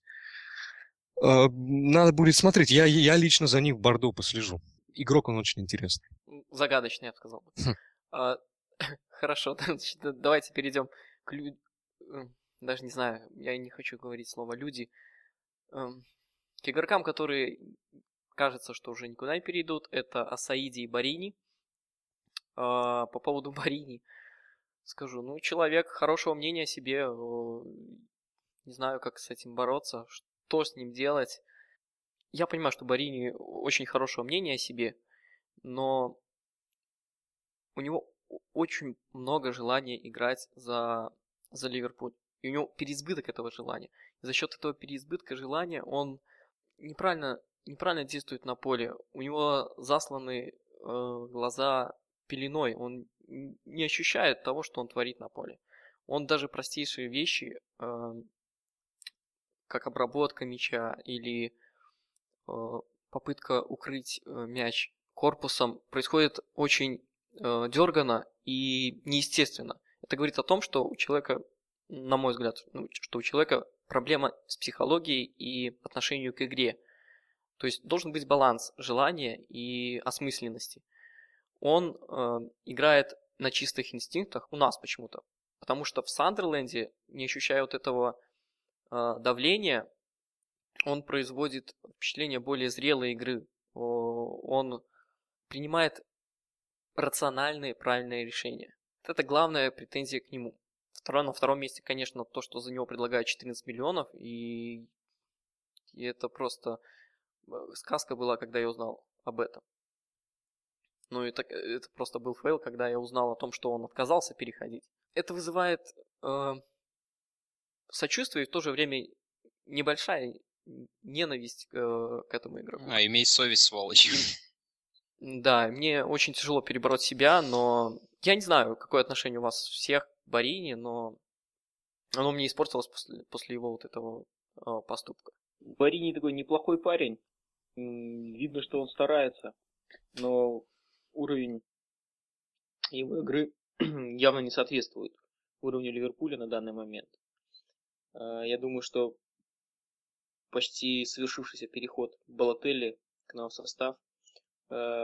А, надо будет смотреть, я, я лично за ним в Бордо послежу. Игрок он очень интересный. Загадочный, я бы сказал. Хм. А, хорошо, давайте перейдем к людям. Даже не знаю, я не хочу говорить слово «люди». К игрокам, которые, кажется, что уже никуда не перейдут, это Асаиди и Барини. А, по поводу Барини скажу, ну, человек хорошего мнения о себе, не знаю, как с этим бороться, что с ним делать. Я понимаю, что Барини очень хорошего мнения о себе, но у него очень много желания играть за, за Ливерпуль. И у него переизбыток этого желания. И за счет этого переизбытка желания он неправильно, неправильно действует на поле. У него засланы э, глаза пеленой. Он не ощущает того, что он творит на поле. Он даже простейшие вещи, э, как обработка мяча или э, попытка укрыть э, мяч корпусом, происходит очень э, дерганно и неестественно. Это говорит о том, что у человека, на мой взгляд, ну, что у человека проблема с психологией и отношению к игре. То есть должен быть баланс желания и осмысленности. Он э, играет на чистых инстинктах у нас почему-то. Потому что в Сандерленде, не ощущая вот этого э, давления, он производит впечатление более зрелой игры. Он принимает рациональные, правильные решения. Это главная претензия к нему. Второе, на втором месте, конечно, то, что за него предлагают четырнадцать миллионов, и, и это просто сказка была, когда я узнал об этом. Ну, это, это просто был фейл, когда я узнал о том, что он отказался переходить. Это вызывает э, сочувствие и в то же время небольшая ненависть э, к этому игроку. А, имей совесть, сволочь. Да, мне очень тяжело перебороть себя, но я не знаю, какое отношение у вас всех к Барини, но оно мне испортилось после, после его вот этого э, поступка. Барини такой неплохой парень. Видно, что он старается, но уровень его игры явно не соответствует уровню Ливерпуля на данный момент. Я думаю, что почти совершившийся переход Балотелли к нам в состав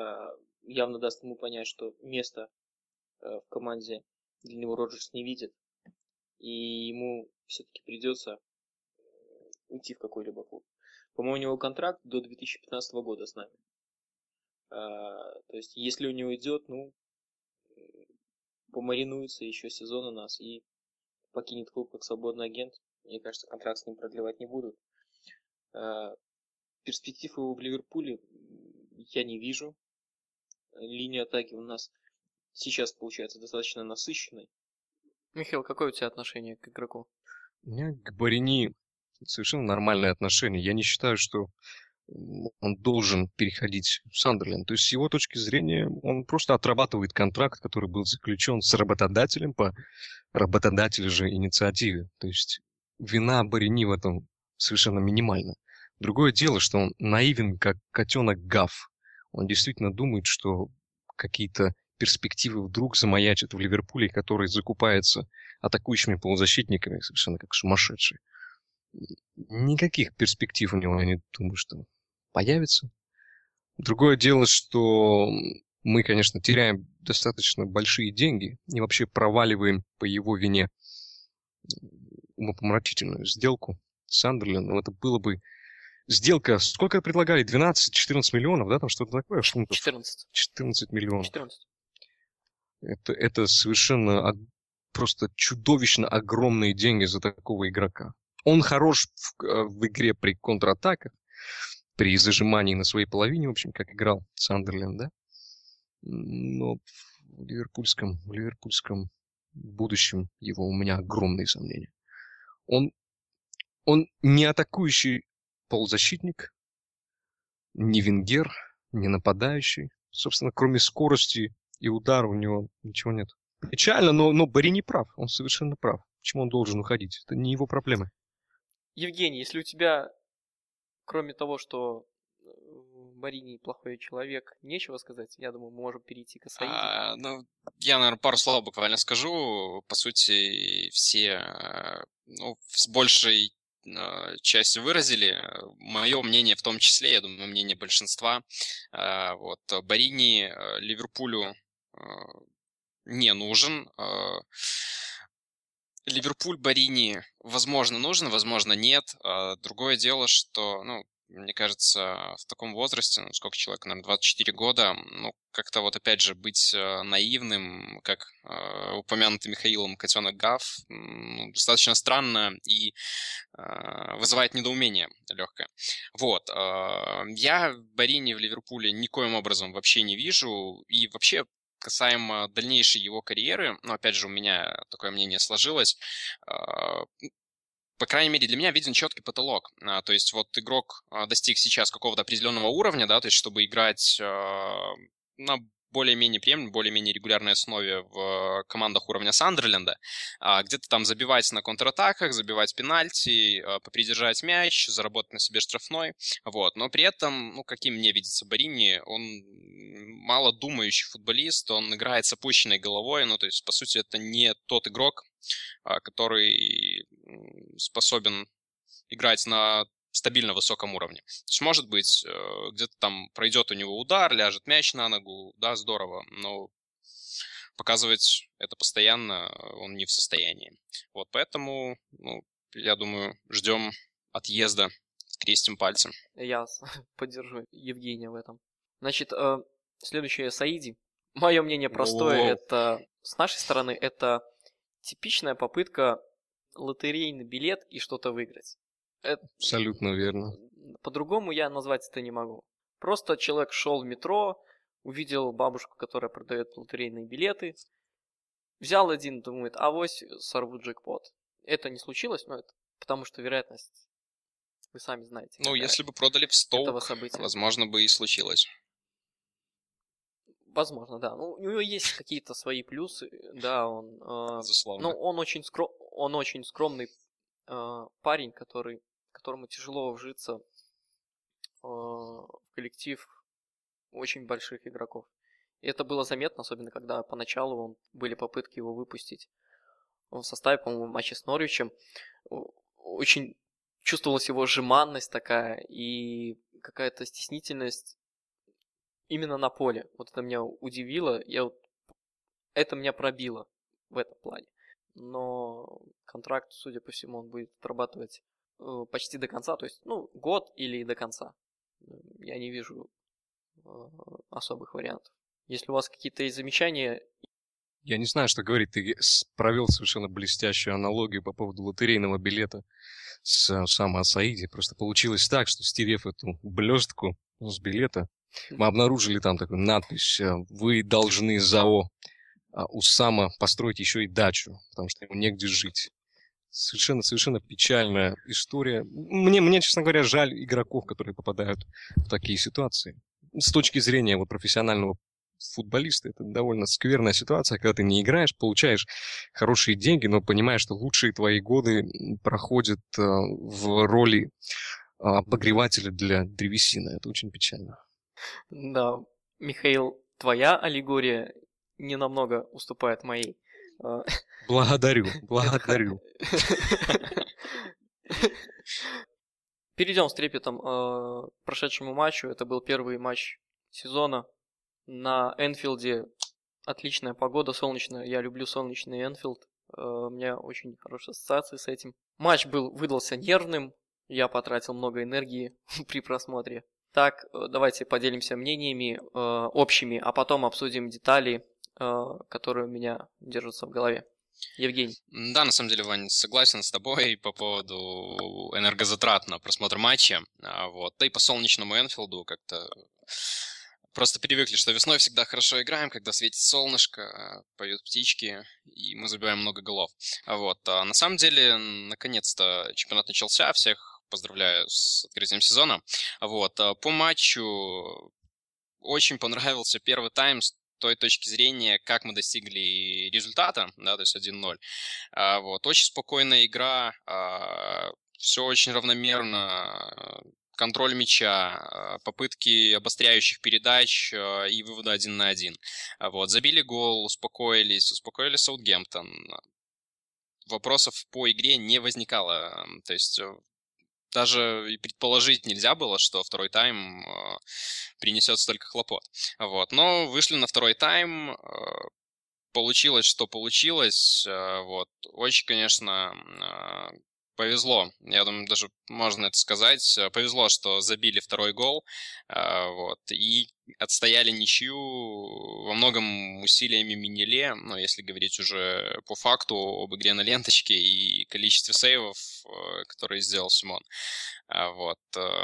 явно даст ему понять, что место в команде для него Роджерс не видит. и ему все-таки придется уйти в какой-либо клуб. По-моему, у него контракт до две тысячи пятнадцатого года с нами. А, то есть, если у него идет, ну, помаринуется еще сезон у нас и покинет клуб как свободный агент. Мне кажется, контракт с ним продлевать не будут. А, перспектив его в Ливерпуле я не вижу. Линия атаки у нас сейчас получается достаточно насыщенной. Михаил, какое у тебя отношение к игроку? У меня к Барини совершенно нормальное отношение. Я не считаю, что он должен переходить в Сандерленд. То есть, с его точки зрения, он просто отрабатывает контракт, который был заключен с работодателем по работодателю же инициативе. То есть, вина Барини в этом совершенно минимальна. Другое дело, что он наивен, как котенок Гав. Он действительно думает, что какие-то перспективы вдруг замаячат в Ливерпуле, который закупается атакующими полузащитниками, совершенно как сумасшедший. Никаких перспектив у него, я не думаю, что появится. Другое дело, что мы, конечно, теряем достаточно большие деньги и вообще проваливаем по его вине умопомрачительную сделку с Сандерлендом. Это было бы сделка, сколько предлагали? двенадцать-четырнадцать миллионов, да? Там что-то такое? Фунтов? четырнадцать. четырнадцать миллионов. четырнадцать. Это, это совершенно просто чудовищно огромные деньги за такого игрока. Он хорош в, в игре при контратаках, при зажимании на своей половине, в общем, как играл Сандерленд, да? Но в ливерпульском, в ливерпульском будущем его у меня огромные сомнения. Он, он не атакующий полузащитник, не вингер, не нападающий. Собственно, кроме скорости и удара у него ничего нет. Печально, но, но Барри не прав. Он совершенно прав. Почему он должен уходить? Это не его проблемы. Евгений, если у тебя, кроме того, что Барини плохой человек, нечего сказать, я думаю, мы можем перейти к Асаиде. А, ну, я, наверное, пару слов буквально скажу. По сути, все, ну, с большей частью выразили. Мое мнение в том числе, я думаю, мнение большинства. Вот, Барини Ливерпулю не нужен. Ливерпуль Барини, возможно, нужен, возможно, нет. Другое дело, что, ну, мне кажется, в таком возрасте, ну, сколько человек, наверное, двадцать четыре года, ну, как-то вот опять же быть наивным, как э, упомянутый Михаилом котенок Гав, ну, достаточно странно и э, вызывает недоумение легкое. Вот. Э, я Барини в Ливерпуле никоим образом вообще не вижу, и вообще касаемо дальнейшей его карьеры, ну, опять же, у меня такое мнение сложилось, э, по крайней мере, для меня виден четкий потолок. А, то есть вот игрок а, достиг сейчас какого-то определенного уровня, да, то есть чтобы играть а, на более-менее приемлемой, более-менее регулярной основе в командах уровня Сандерленда, а, где-то там забивать на контратаках, забивать пенальти, а, попридержать мяч, заработать на себе штрафной, вот. Но при этом, ну, каким мне видится Барини, он мало думающий футболист, он играет с опущенной головой, ну, то есть, по сути, это не тот игрок, который способен играть на стабильно высоком уровне. То есть, может быть, где-то там пройдет у него удар, ляжет мяч на ногу, да, здорово, но показывать это постоянно он не в состоянии. Вот, поэтому, ну, я думаю, ждем отъезда, крестим пальцем. Я поддержу Евгения в этом. Значит, следующее Саиди. Мое мнение простое, Воу. это с нашей стороны, это типичная попытка лотерейный билет и что-то выиграть. Это... Абсолютно верно. По-другому я назвать это не могу. Просто человек шел в метро, увидел бабушку, которая продает лотерейные билеты, взял один, думает, авось сорву джекпот. Это не случилось, но это потому что вероятность, вы сами знаете. Ну, если бы продали в Стоук, возможно, бы и случилось. Возможно, да. Ну, у него есть какие-то свои плюсы, да, он... Э, Безусловно. ну, он очень, скром, он очень скромный э, парень, который, которому тяжело вжиться э, в коллектив очень больших игроков. И это было заметно, особенно когда поначалу он, были попытки его выпустить в составе, по-моему, в матче с Норвичем. Очень чувствовалась его жеманность такая и какая-то стеснительность именно на поле. Вот это меня удивило. Я вот... Это меня пробило в этом плане. но контракт, судя по всему, он будет отрабатывать э, почти до конца, то есть, ну, год или до конца. Я не вижу э, особых вариантов. Если у вас какие-то есть замечания... Я не знаю, что говорить. Ты провел совершенно блестящую аналогию по поводу лотерейного билета с Осама Саиди. Просто получилось так, что стерев эту блестку с билета, мы обнаружили там такую надпись: «Вы должны ЗАО Усама построить еще и дачу, потому что ему негде жить». Совершенно, совершенно печальная история. Мне, мне, честно говоря, жаль игроков, которые попадают в такие ситуации. С точки зрения вот, профессионального футболиста, это довольно скверная ситуация, когда ты не играешь, получаешь хорошие деньги, но понимаешь, что лучшие твои годы проходят э, в роли э, обогревателя для древесины. Это очень печально. Да, Михаил, твоя аллегория не намного уступает моей. Благодарю, благодарю. Перейдем с трепетом к прошедшему матчу. Это был первый матч сезона. На Энфилде отличная погода, солнечная. Я люблю солнечный Энфилд. У меня очень хорошие ассоциации с этим. Матч был, выдался нервным. Я потратил много энергии при просмотре. Так, давайте поделимся мнениями э, общими, а потом обсудим детали, э, которые у меня держатся в голове. Евгений. Да, на самом деле, Вань, согласен с тобой по поводу энергозатрат на просмотр матча. Вот. Да и по солнечному Энфилду как-то просто привыкли, что весной всегда хорошо играем, когда светит солнышко, поют птички, и мы забиваем много голов. Вот. А на самом деле, наконец-то чемпионат начался, всех поздравляю с открытием сезона. Вот. По матчу очень понравился первый тайм с той точки зрения, как мы достигли результата, да, то есть один ноль. Вот. Очень спокойная игра, все очень равномерно, контроль мяча, попытки обостряющих передач и вывода один на один. Вот. Забили гол, успокоились, успокоили Саутгемптон. Вопросов по игре не возникало, то есть даже и предположить нельзя было, что второй тайм э, принесет столько хлопот. Вот. Но вышли на второй тайм, э, получилось, что получилось. Э, вот. Очень, конечно, э, повезло. Я думаю, даже можно это сказать. Повезло, что забили второй гол. Э, вот. И отстояли ничью во многом усилиями Минеле, ну, если говорить уже по факту об игре на ленточке и количестве сейвов, которые сделал Симон. Вот.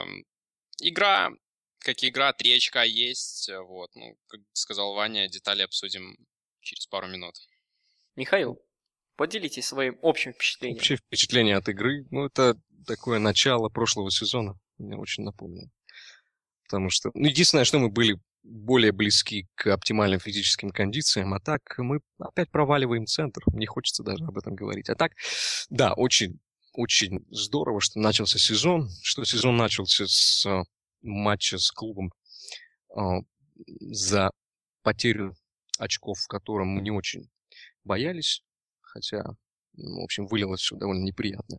Игра, как игра, три очка есть. Вот. Ну, как сказал Ваня, детали обсудим через пару минут. Михаил, поделитесь своим общим впечатлением. Общее впечатление от игры, ну, это такое начало прошлого сезона, мне очень напомнило. Потому что, ну, единственное, что мы были более близки к оптимальным физическим кондициям, а так мы опять проваливаем центр. Не хочется даже об этом говорить. А так, да, очень, очень здорово, что начался сезон, что сезон начался с uh, матча с клубом uh, за потерю очков, в котором мы не очень боялись, хотя, ну, в общем, вылилось все довольно неприятно.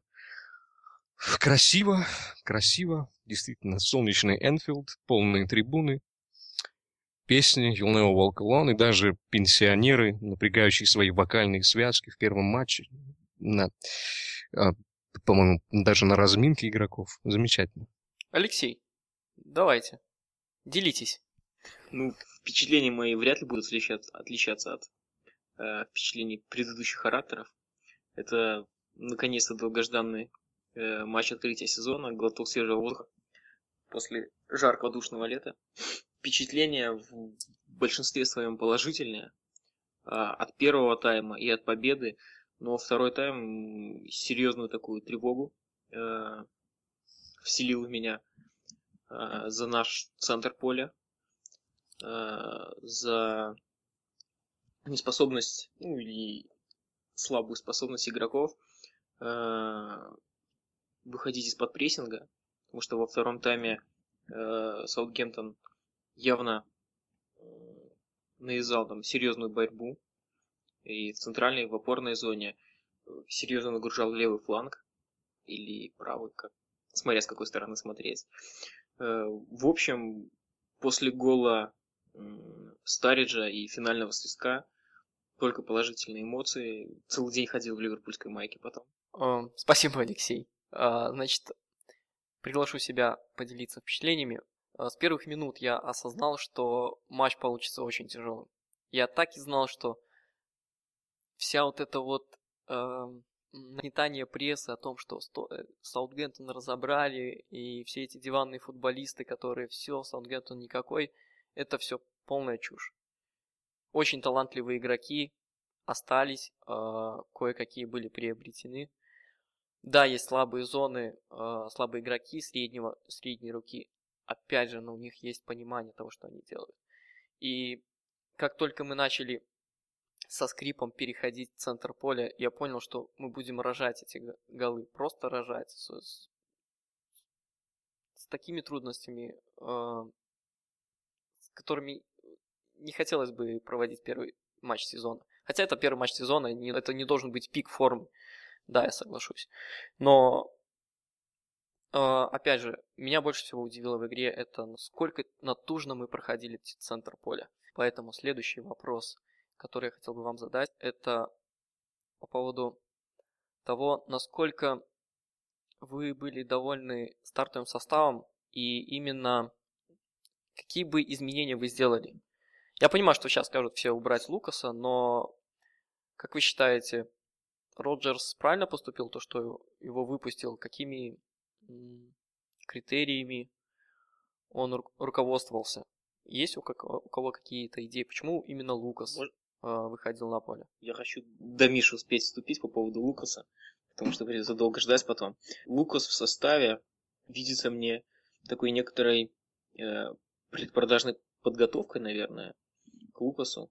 Красиво, красиво, действительно, солнечный Энфилд, полные трибуны, песни You'll Never Walk Alone, и даже пенсионеры, напрягающие свои вокальные связки в первом матче, на, по-моему, даже на разминке игроков. Замечательно. Алексей, давайте, делитесь. Ну, впечатления мои вряд ли будут отличаться, отличаться от э, впечатлений предыдущих ораторов. Это, наконец-то, долгожданный матч открытия сезона, глоток свежего воздуха после жаркого душного лета. Впечатления в большинстве своем положительные от первого тайма и от победы, но второй тайм серьезную такую тревогу вселил в меня за наш центр поля, за неспособность, ну или слабую способность игроков выходить из-под прессинга, потому что во втором тайме э, Саутгемптон явно э, навязал там серьезную борьбу, и в центральной, в опорной зоне серьезно нагружал левый фланг, или правый, как, смотря с какой стороны смотреть. Э, в общем, после гола э, Старриджа и финального свистка только положительные эмоции. Целый день ходил в ливерпульской майке потом. Э, Спасибо, Алексей. Э, Значит, приглашу себя поделиться впечатлениями. Э, С первых минут я осознал, что матч получится очень тяжелым. Я так и знал, что вся вот эта вот э, нагнетание прессы о том, что сто- э, Саутгемптон разобрали, и все эти диванные футболисты, которые все, Саутгемптон никакой, это все полная чушь. Очень талантливые игроки остались, э, кое-какие были приобретены. Да, есть слабые зоны, э, слабые игроки среднего, средней руки. Опять же, но у них есть понимание того, что они делают. И как только мы начали со скрипом переходить в центр поля, я понял, что мы будем рожать эти г- голы. Просто рожать. С, с- с такими трудностями, э, с которыми не хотелось бы проводить первый матч сезона. Хотя это первый матч сезона, не- это не должен быть пик формы. Да, я соглашусь. Но, э, опять же, меня больше всего удивило в игре это, насколько натужно мы проходили ц- центр поля. Поэтому следующий вопрос, который я хотел бы вам задать, это по поводу того, насколько вы были довольны стартовым составом и именно какие бы изменения вы сделали. Я понимаю, что сейчас скажут все убрать Лукаса, но как вы считаете, Роджерс правильно поступил, то, что его выпустил? Какими м, критериями он ру- руководствовался? Есть у, как- у кого какие-то идеи? Почему именно Лукас Мож- э, выходил на поле? Я хочу до Миши успеть вступить по поводу Лукаса, потому что придется долго ждать потом. Лукас в составе видится мне такой некоторой э, предпродажной подготовкой, наверное, к Лукасу.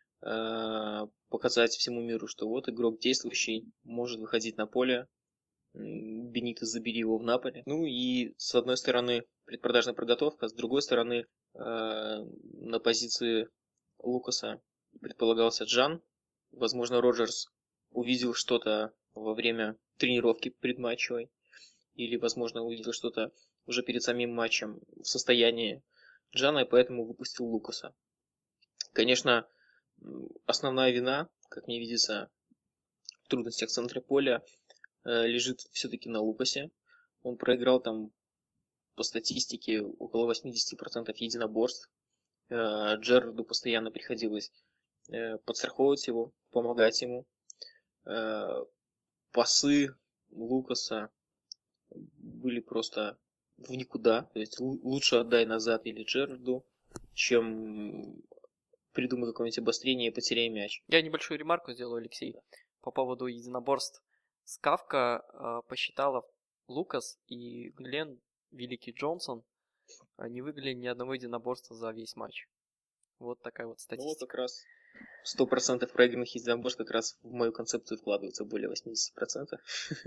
Э, показать всему миру, что вот игрок действующий, может выходить на поле. М, Бенитес, забери его в Наполе. Ну и с одной стороны предпродажная подготовка, с другой стороны э, на позиции Лукаса предполагался Джан. Возможно, Роджерс увидел что-то во время тренировки предматчевой, или, возможно, увидел что-то уже перед самим матчем в состоянии Джана, и поэтому выпустил Лукаса. Конечно, м, основная вина, как мне видится, в трудностях центра поля э, лежит все-таки на Лукасе. Он проиграл там по статистике около восемьдесят процентов единоборств. Э, Джерарду постоянно приходилось э, подстраховывать его, помогать ему. Э, Пасы Лукаса были просто в никуда. То есть лу- лучше отдай назад или Джерарду, чем придумай какое-нибудь обострение и потеряй мяч. Я небольшую ремарку сделаю, Алексей, по поводу единоборств. Скавка э, посчитала Лукас и Глен, Великий Джонсон, э, не выиграли ни одного единоборства за весь матч. Вот такая вот Ну вот статистика. как раз сто процентов проигранных единоборств как раз в мою концепцию вкладывается более восемьдесят процентов.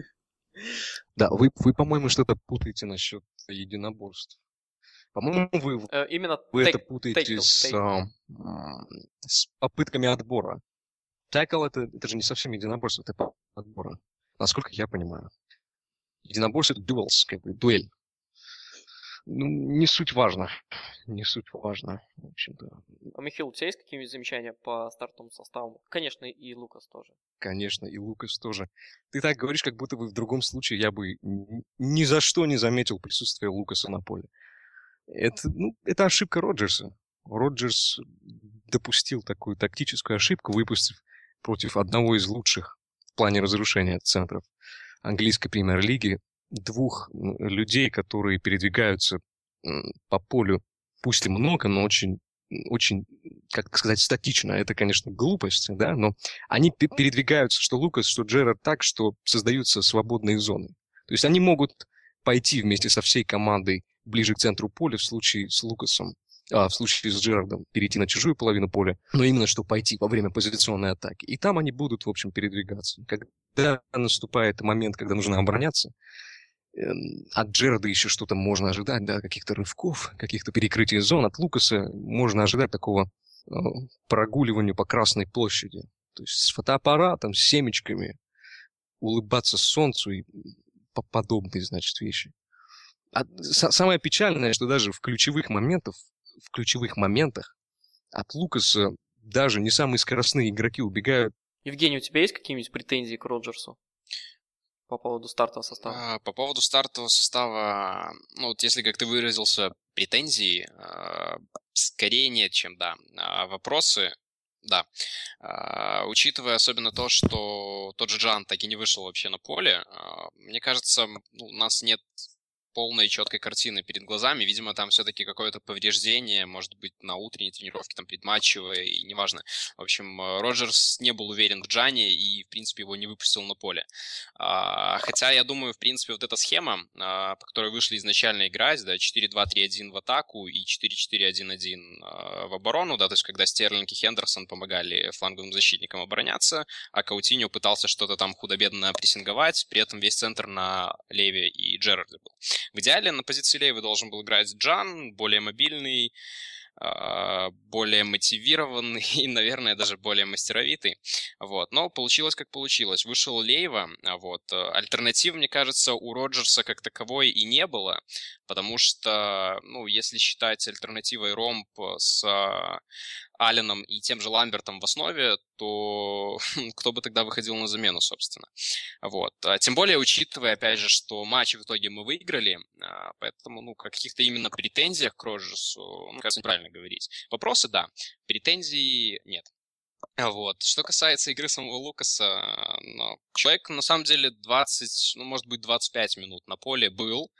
Да, вы, вы, по-моему, что-то путаете насчет единоборств. По-моему, вы, Э, именно вы это тейк- путаете тейкл, с, тейкл. а, м, с попытками отбора. Такл это, это же не совсем единоборство, это попытка отбора. Насколько я понимаю. Единоборство это duels, как бы дуэль. Ну, не суть важно. Не суть важно, в общем-то. А, Михаил, у тебя есть какие-нибудь замечания по стартовому составу? Конечно, и Лукас тоже. Конечно, и Лукас тоже. Ты так говоришь, как будто бы в другом случае я бы н- ни за что не заметил присутствие Лукаса на поле. Это, ну, это ошибка Роджерса. Роджерс допустил такую тактическую ошибку, выпустив против одного из лучших в плане разрушения центров английской премьер-лиги двух м, людей, которые передвигаются м, по полю, пусть и много, но очень, очень, как сказать, статично. Это, конечно, глупость, да, но они пе- передвигаются, что Лукас, что Джерард, так, что создаются свободные зоны. То есть они могут пойти вместе со всей командой ближе к центру поля в случае с Лукасом, а, в случае с Джерардом, перейти на чужую половину поля, но именно что пойти во время позиционной атаки. И там они будут, в общем, передвигаться. Когда наступает момент, когда нужно обороняться, эм, от Джерарда еще что-то можно ожидать, да, каких-то рывков, каких-то перекрытий зон. От Лукаса можно ожидать такого э, прогуливания по Красной площади. То есть с фотоаппаратом, с семечками, улыбаться солнцу и по- подобные, значит, вещи. А с- самое печальное, что даже в ключевых моментах, в ключевых моментах от Лукаса даже не самые скоростные игроки убегают. Евгений, у тебя есть какие-нибудь претензии к Роджерсу по поводу стартового состава? А, По поводу стартового состава, ну вот если, как ты выразился, претензии, а, скорее нет, чем да. А вопросы, да. А, Учитывая особенно то, что тот же Джан так и не вышел вообще на поле, а, мне кажется, ну, у нас нет полной четкой картины перед глазами. Видимо, там все-таки какое-то повреждение, может быть, на утренней тренировке, там, предматчевой, и неважно. В общем, Роджерс не был уверен в Джане и, в принципе, его не выпустил на поле. А, хотя, я думаю, в принципе, вот эта схема, а, по которой вышли изначально играть, да, четыре два три один в атаку и четыре четыре один один а, в оборону, да, то есть когда Стерлинг и Хендерсон помогали фланговым защитникам обороняться, а Каутиньо пытался что-то там худо-бедно прессинговать, при этом весь центр на Леве и Джерарде был. В идеале на позиции Левы должен был играть Джан, более мобильный, более мотивированный и, наверное, даже более мастеровитый. Вот. Но получилось, как получилось. Вышел Лейва. Вот. Альтернатив, мне кажется, у Роджерса как таковой и не было, потому что, ну, если считать альтернативой ромб с Алленом и тем же Ламбертом в основе, то кто бы тогда выходил на замену, собственно. Вот. Тем более, учитывая, опять же, что матч в итоге мы выиграли, поэтому, ну, о каких-то именно претензиях к Роджерсу, ну, кажется, неправильно говорить. Вопросы, да. Претензий нет. Вот. Что касается игры самого Лукаса, ну, человек, на самом деле, двадцать, ну, может быть, двадцать пять минут на поле был.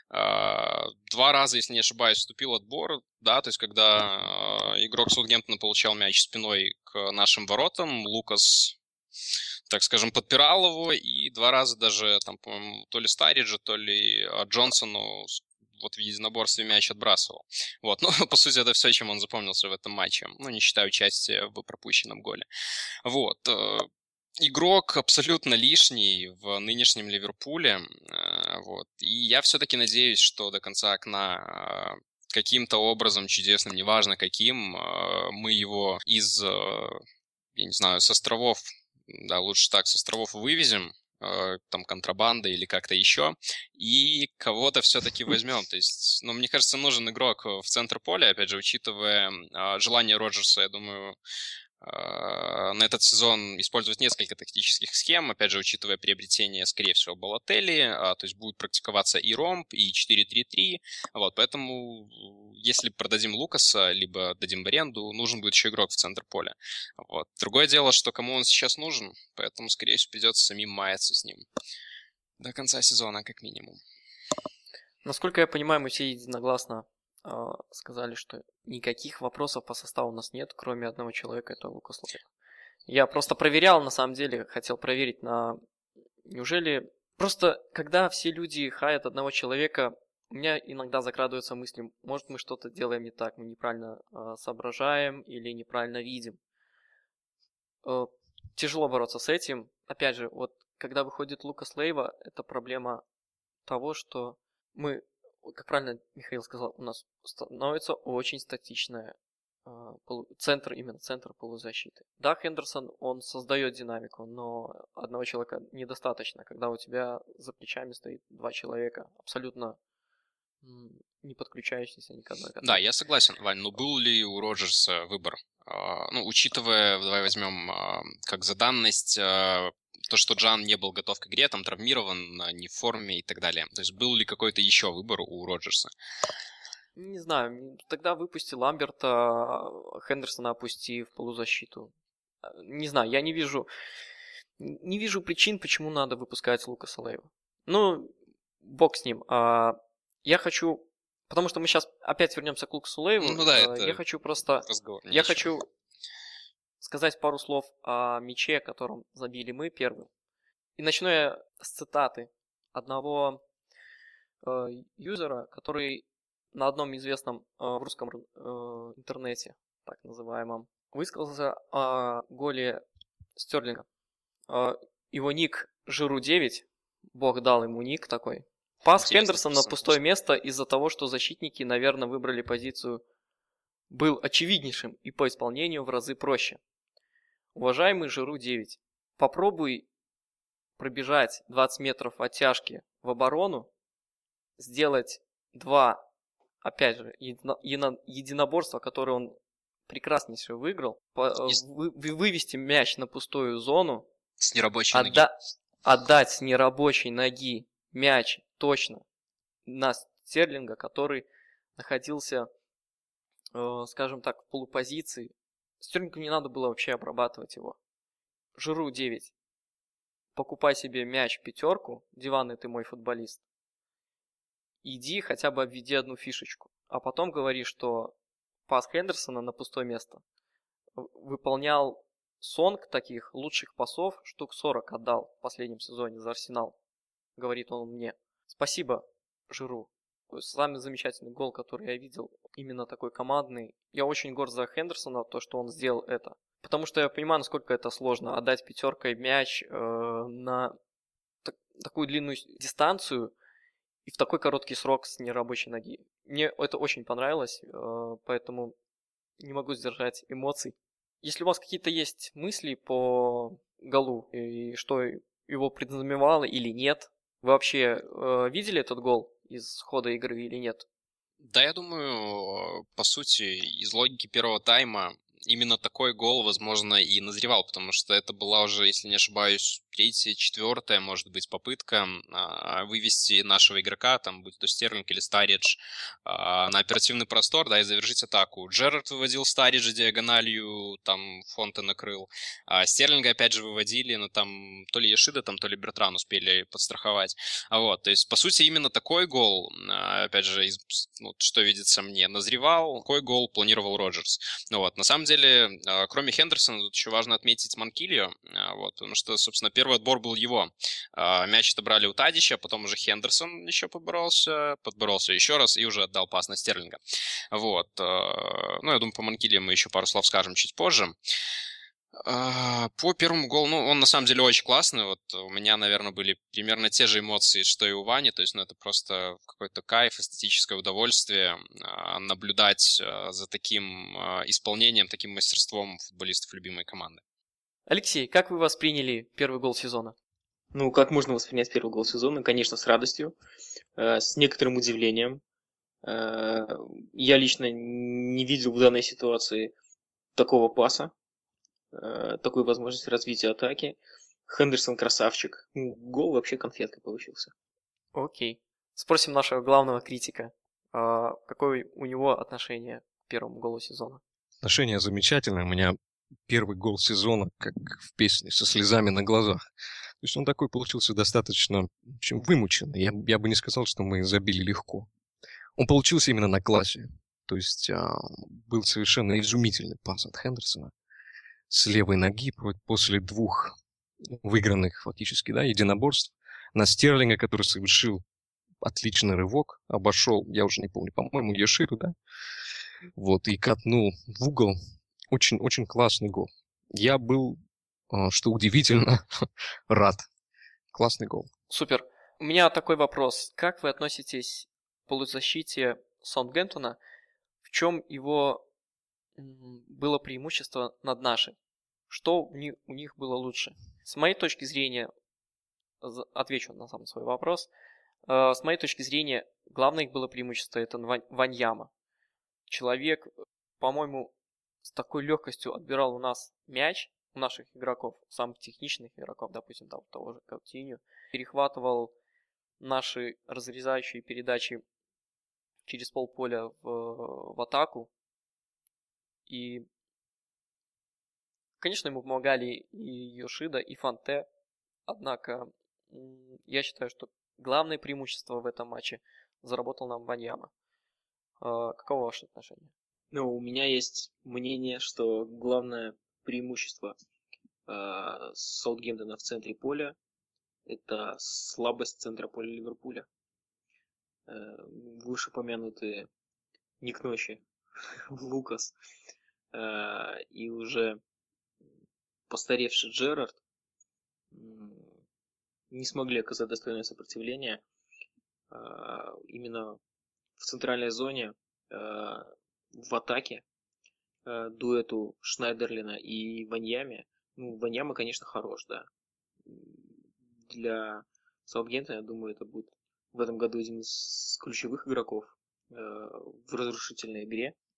Два раза, если не ошибаюсь, вступил отбор, да, то есть когда игрок Саутгемптона получал мяч спиной к нашим воротам, Лукас, так скажем, подпирал его, и два раза даже, там, по-моему, то ли Старриджу, то ли Джонсону вот в единоборстве мяч отбрасывал. Вот, ну, по сути, это все, чем он запомнился в этом матче, ну, не считая участия в пропущенном голе. Вот. Игрок абсолютно лишний в нынешнем Ливерпуле, вот, и я все-таки надеюсь, что до конца окна каким-то образом чудесным, неважно каким, мы его из, я не знаю, с островов, да, лучше так, с островов вывезем, там, контрабандой или как-то еще, и кого-то все-таки возьмем. То есть, ну, мне кажется, нужен игрок в центр поля, опять же, учитывая желание Роджерса, я думаю, на этот сезон использовать несколько тактических схем, опять же, учитывая приобретение, скорее всего, Балотелли, то есть будет практиковаться и ромб, и четыре три три, вот, поэтому если продадим Лукаса, либо дадим в аренду, нужен будет еще игрок в центр поля. Вот. Другое дело, что кому он сейчас нужен, поэтому, скорее всего, придется самим маяться с ним до конца сезона, как минимум. Насколько я понимаю, мы все единогласно э, сказали, что никаких вопросов по составу у нас нет, кроме одного человека, это Лукас Лоу. Я просто проверял, на самом деле, хотел проверить на... Неужели... Просто, когда все люди хаят одного человека, у меня иногда закрадываются мысли, может, мы что-то делаем не так, мы неправильно э, соображаем или неправильно видим. Э, тяжело бороться с этим. Опять же, вот, когда выходит Лукас Лейва, это проблема того, что мы, как правильно Михаил сказал, у нас становится очень статичная э, полу... центр, именно центр полузащиты. Да, Хендерсон, он создает динамику, но одного человека недостаточно, когда у тебя за плечами стоит два человека, абсолютно м, не подключающиеся ни к одной катке. Да, я согласен, Вань, но был ли у Роджерса выбор? А, ну, учитывая, давай возьмем а, как за данность а, то, что Джан не был готов к игре, там травмирован, не в форме и так далее. То есть был ли какой-то еще выбор у Роджерса? Не знаю, тогда выпусти Ламберта, Хендерсона опусти в полузащиту. Не знаю, я не вижу не вижу причин, почему надо выпускать Лукаса Лейва. Ну, бог с ним. А, я хочу, потому что мы сейчас опять вернемся к Лукасу Лейву. Ну да, это я хочу просто, разговор. я хочу сказать пару слов о мяче, которым забили мы первым. И начну я с цитаты одного э, юзера, который на одном известном э, в русском э, интернете, так называемом, высказался о голе Стерлинга. Э, его ник Жиру девять, бог дал ему ник такой. Пас Хендерсона на пустое место из-за того, что защитники, наверное, выбрали позицию, был очевиднейшим и по исполнению в разы проще. Уважаемый Жиру девять, попробуй пробежать двадцать метров оттяжки в оборону, сделать два, опять же, едино, единоборства, которые он прекраснейше выиграл. По, Есть- вы, вывести мяч на пустую зону, С нерабочей ноги. отда- отдать с нерабочей ноги мяч точно на Стерлинга, который находился, э, скажем так, в полупозиции. Стерлингу не надо было вообще обрабатывать его. Жиру девять. Покупай себе мяч пятерку, диванный ты мой футболист. Иди хотя бы обведи одну фишечку. А потом говори, что пас Хендерсона на пустое место выполнял Сонг таких лучших пасов, штук сорок отдал в последнем сезоне за Арсенал. Говорит он мне. Спасибо, Жиру. Самый замечательный гол, который я видел, именно такой командный. Я очень горд за Хендерсона, то, что он сделал это. Потому что я понимаю, насколько это сложно. Отдать пятеркой мяч э, на так, такую длинную дистанцию и в такой короткий срок с нерабочей ноги. Мне это очень понравилось, э, поэтому не могу сдержать эмоций. Если у вас какие-то есть мысли по голу, и что его предзнаменовало или нет, вы вообще э, видели этот гол из хода игры или нет? Да, я думаю, по сути, из логики первого тайма именно такой гол, возможно, и назревал, потому что это была уже, если не ошибаюсь, третья, четвертая, может быть, попытка а, вывести нашего игрока, там, будь то Стерлинг или Старидж, а, на оперативный простор, да, и завершить атаку. Джерард выводил Стариджа диагональю, там, Фонте накрыл. А Стерлинга, опять же, выводили, но там то ли Яшида, там, то ли Бертран успели подстраховать. А вот, то есть, по сути, именно такой гол, опять же, из, ну, что видится мне, назревал, такой гол планировал Роджерс. Ну вот, на самом деле, кроме Хендерсона, тут еще важно отметить Манкильо, вот, потому что, собственно, первый отбор был его. Мяч отобрали у Тадича, потом уже Хендерсон еще поборолся, подборолся еще раз и уже отдал пас на Стерлинга. Вот. Ну, я думаю, по Манкильо мы еще пару слов скажем чуть позже. По первому голу, ну, он на самом деле очень классный. Вот у меня, наверное, были примерно те же эмоции, что и у Вани. То есть, ну, это просто какой-то кайф, эстетическое удовольствие наблюдать за таким исполнением, таким мастерством футболистов любимой команды. Алексей, как вы восприняли первый гол сезона? Ну, как можно воспринять первый гол сезона? Конечно, с радостью, э, с некоторым удивлением. Э, я лично не видел в данной ситуации такого паса, э, такой возможности развития атаки. Хендерсон красавчик. Ну, гол вообще конфетка получился. Окей. Спросим нашего главного критика. А, какое у него отношение к первому голу сезона? Отношение замечательное. У меня первый гол сезона, как в песне, со слезами на глазах. То есть он такой получился достаточно, в общем, вымученный. Я, я бы не сказал, что мы забили легко. Он получился именно на классе. То есть а, был совершенно изумительный пас от Хендерсона с левой ноги после двух выигранных фактически, да, единоборств на Стерлинга, который совершил отличный рывок, обошел, я уже не помню, по-моему, Яширу, да, вот, и катнул в угол. Очень-очень классный гол. Я был, что удивительно, рад. Классный гол. Супер. У меня такой вопрос. Как вы относитесь к полузащите Саутгемптона? В чем его было преимущество над нашей? Что у них, у них было лучше? С моей точки зрения, отвечу на сам свой вопрос, с моей точки зрения, главное их было преимущество – это Ваньяма. Человек, по-моему, с такой легкостью отбирал у нас мяч, у наших игроков, самых техничных игроков, допустим, там, того же Каутиньо, перехватывал наши разрезающие передачи через полполя в, в атаку. И, конечно, ему помогали и Йошида, и Фонте. Однако, я считаю, что главное преимущество в этом матче заработал нам Ваньяма. Каково ваше отношение? Ну, у меня есть мнение, что главное преимущество э, Саутгемптона в центре поля – это слабость центра поля Ливерпуля. Э, вышеупомянутые Ник Ночи, Лукас э, и уже постаревший Джерард э, не смогли оказать достойное сопротивление э, именно в центральной зоне, э, в атаке, э, дуэту Шнайдерлина и Ваньяме. Ну, Ваньяма, конечно, хорош, да. Для Саутгемптона, я думаю, это будет в этом году один из ключевых игроков э, в разрушительной игре.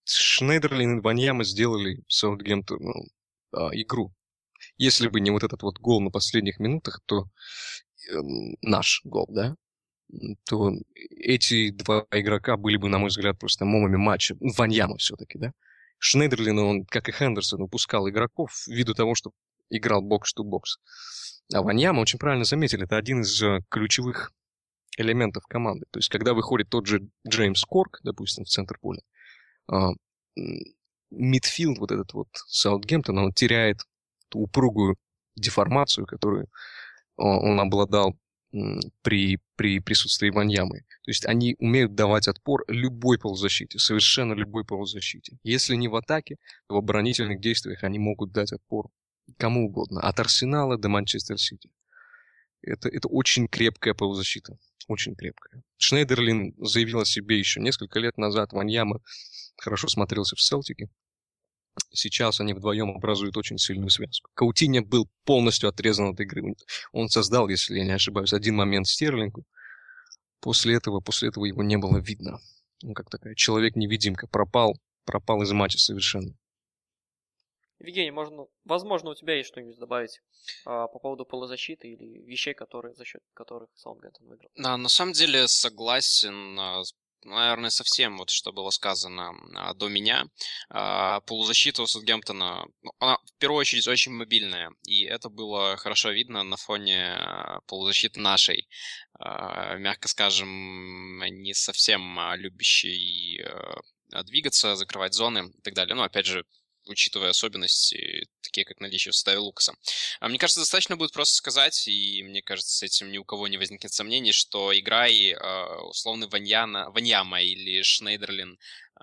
Шнейдерлин и Ваньяма сделали Саутгемптону а, игру. Если бы не вот этот вот гол на последних минутах, то э, наш гол, да, то эти два игрока были бы, на мой взгляд, просто момами матча. Ваньяма все-таки, да. Шнейдерлин, он, как и Хендерсон, упускал игроков ввиду того, что играл бокс-ту-бокс. А Ваньяма, очень правильно заметили, это один из uh, ключевых элементов команды. То есть, когда выходит тот же Джеймс Корк, допустим, в центр поля, uh, мидфилд, вот этот вот Саутгемптона, он теряет ту упругую деформацию, которую он обладал при, при присутствии Ваньямы. То есть они умеют давать отпор любой полузащите, совершенно любой полузащите. Если не в атаке, то в оборонительных действиях они могут дать отпор кому угодно. От Арсенала до Манчестер Сити. Это, это очень крепкая полузащита. Очень крепкая. Шнейдерлин заявил о себе еще несколько лет назад. Ваньяма хорошо смотрелся в Селтике. Сейчас они вдвоем образуют очень сильную связку. Каутиньо был полностью отрезан от игры. Он создал, если я не ошибаюсь, один момент Стерлингу. После этого, после этого его не было видно. Он как такая человек-невидимка. Пропал, пропал из матча совершенно. Евгений, можно, возможно, у тебя есть что-нибудь добавить а, по поводу полузащиты или вещей, которые, за счет которых Саутгемптон выиграл? Да, на самом деле согласен, наверное, со всем, вот, что было сказано а, до меня. А, полузащита у Саутгемптона, она в первую очередь очень мобильная, и это было хорошо видно на фоне полузащиты нашей, а, мягко скажем, не совсем любящей а, двигаться, закрывать зоны и так далее. Ну, опять же, учитывая особенности, такие как наличие в составе Лукаса. А мне кажется, достаточно будет просто сказать, и мне кажется, с этим ни у кого не возникнет сомнений, что игра и условный Ваньяна, Ваньяма или Шнейдерлин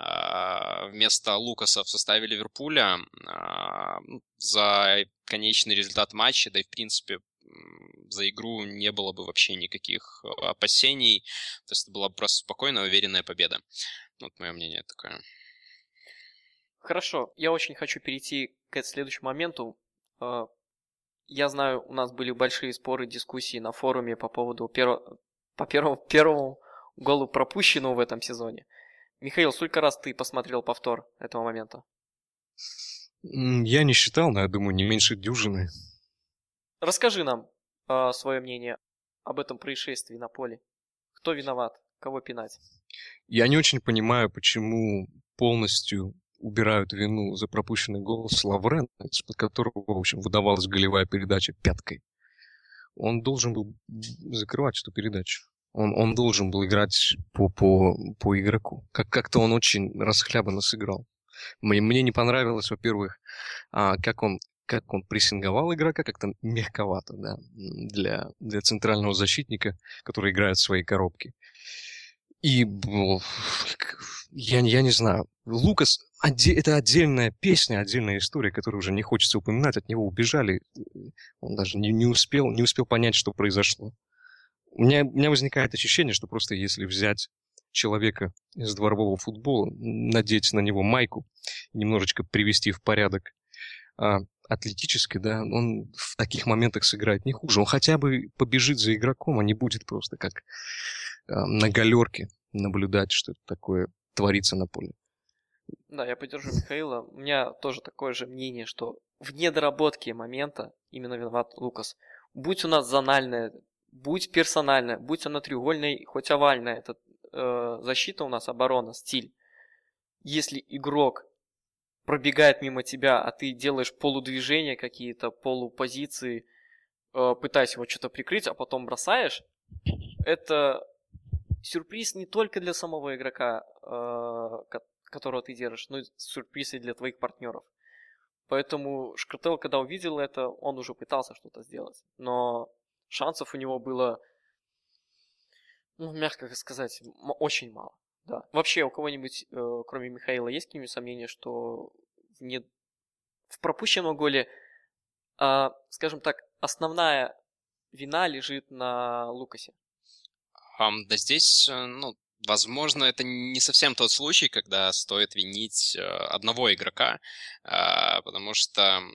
вместо Лукаса в составе Ливерпуля за конечный результат матча, да и в принципе за игру не было бы вообще никаких опасений. То есть это была бы просто спокойная, уверенная победа. Вот мое мнение такое. Хорошо, я очень хочу перейти к следующему моменту. Я знаю, у нас были большие споры, дискуссии на форуме по поводу перво... по первому, первому голу, пропущенного в этом сезоне. Михаил, сколько раз ты посмотрел повтор этого момента? Я не считал, но я думаю, не меньше дюжины. Расскажи нам э, свое мнение об этом происшествии на поле. Кто виноват? Кого пинать? Я не очень понимаю, почему полностью убирают вину за пропущенный гол с Лаврена, из-под которого, в общем, выдавалась голевая передача пяткой. Он должен был закрывать эту передачу. Он, он должен был играть по, по, по игроку. Как, как-то он очень расхлябанно сыграл. Мне, мне не понравилось, во-первых, а, как он как он прессинговал игрока, как-то мягковато, да, для, для центрального защитника, который играет в своей коробке. И я, я не знаю, Лукас, это отдельная песня, отдельная история, которую уже не хочется упоминать, от него убежали, он даже не, не, успел, не успел понять, что произошло. У меня, у меня возникает ощущение, что просто если взять человека из дворового футбола, надеть на него майку, немножечко привести в порядок а, атлетически, да, он в таких моментах сыграет не хуже. Он хотя бы побежит за игроком, а не будет просто как а, на галерке наблюдать, что это такое творится на поле. Да, я поддержу Михаила. У меня тоже такое же мнение, что в недоработке момента именно виноват Лукас. Будь у нас зональная, будь персональная, будь она треугольная, хоть овальная, это э, защита у нас, оборона, стиль. Если игрок пробегает мимо тебя, а ты делаешь полудвижения какие-то, полупозиции, э, пытаясь его что-то прикрыть, а потом бросаешь, это сюрприз не только для самого игрока, э, которого ты держишь, но и сюрприз и для твоих партнеров. Поэтому Шкртел, когда увидел это, он уже пытался что-то сделать. Но шансов у него было, ну, мягко сказать, очень мало. Да. Вообще, у кого-нибудь, э, кроме Михаила, есть какие-нибудь сомнения, что в, не... в пропущенном голе, э, скажем так, основная вина лежит на Лукасе? Um, да здесь, ну, возможно, это не совсем тот случай, когда стоит винить э, одного игрока, э, потому что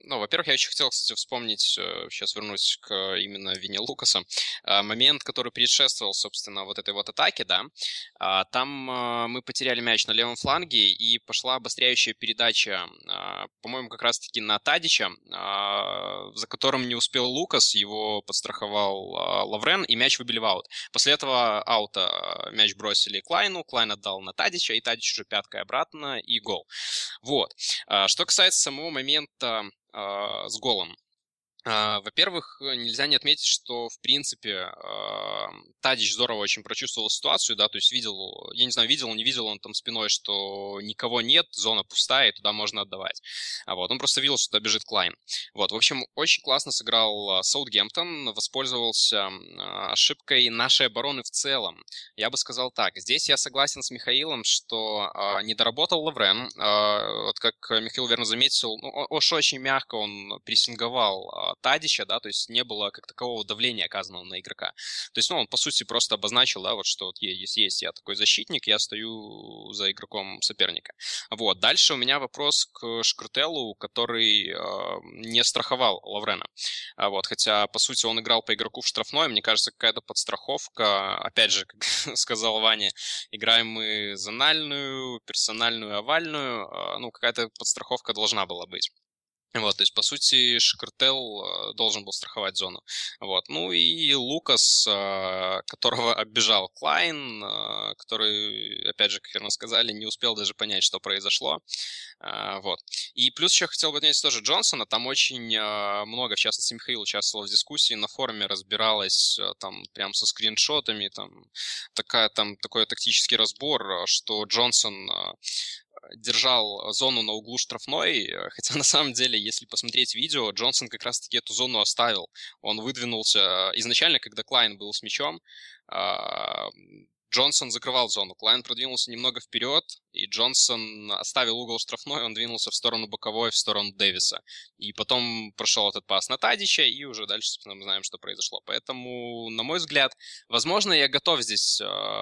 ну, во-первых, я очень хотел, кстати, вспомнить, сейчас вернусь к именно вине Лукаса, момент, который предшествовал, собственно, вот этой вот атаке, да. Там мы потеряли мяч на левом фланге, и пошла обостряющая передача, по-моему, как раз-таки на Тадича, за которым не успел Лукас, его подстраховал Лаврен, и мяч выбили в аут. После этого аута мяч бросили Клайну, Клайн отдал на Тадича, и Тадич уже пяткой обратно, и гол. Вот. Что касается самого момента э, с голом. Э, во-первых, нельзя не отметить, что, в принципе, э, Тадич здорово очень прочувствовал ситуацию, да, то есть видел, я не знаю, видел, не видел он там спиной, что никого нет, зона пустая, и туда можно отдавать. А вот, он просто видел, что туда бежит Клайн. Вот, в общем, очень классно сыграл Саутгемптон, воспользовался ошибкой нашей обороны в целом. Я бы сказал так, здесь я согласен с Михаилом, что э, не доработал Лаврен, э, вот как Михаил верно заметил, ну, уж очень мягко он прессинговал э, Тадича, да, то есть не было как такового давления оказанного на игрока. То есть, ну, он, по сути, просто обозначил, да, вот что вот есть, есть я такой защитник, я стою за игроком соперника. Вот, дальше у меня вопрос к Шкртелу, который э, не страховал Лаврена. А вот, хотя, по сути, он играл по игроку в штрафной, мне кажется, какая-то подстраховка, опять же, как сказал Ваня, играем мы зональную, персональную, овальную, э, ну, какая-то подстраховка должна была быть. Вот, то есть, по сути, Шкртел должен был страховать зону. Вот. Ну и Лукас, которого оббежал Клайн, который, опять же, как верно сказали, не успел даже понять, что произошло. Вот. И плюс еще хотел бы отметить тоже Джонсона. Там очень много, в частности, Михаил участвовал в дискуссии, на форуме разбиралась там прям со скриншотами, там, такая, там такой тактический разбор, что Джонсон держал зону на углу штрафной, хотя на самом деле, если посмотреть видео, Джонсон как раз-таки эту зону оставил. Он выдвинулся изначально, когда Клайн был с мячом, Джонсон закрывал зону, Клайн продвинулся немного вперед, и Джонсон оставил угол штрафной, он двинулся в сторону боковой, в сторону Дэвиса. И потом прошел этот пас на Тадича, и уже дальше мы знаем, что произошло. Поэтому, на мой взгляд, возможно, я готов здесь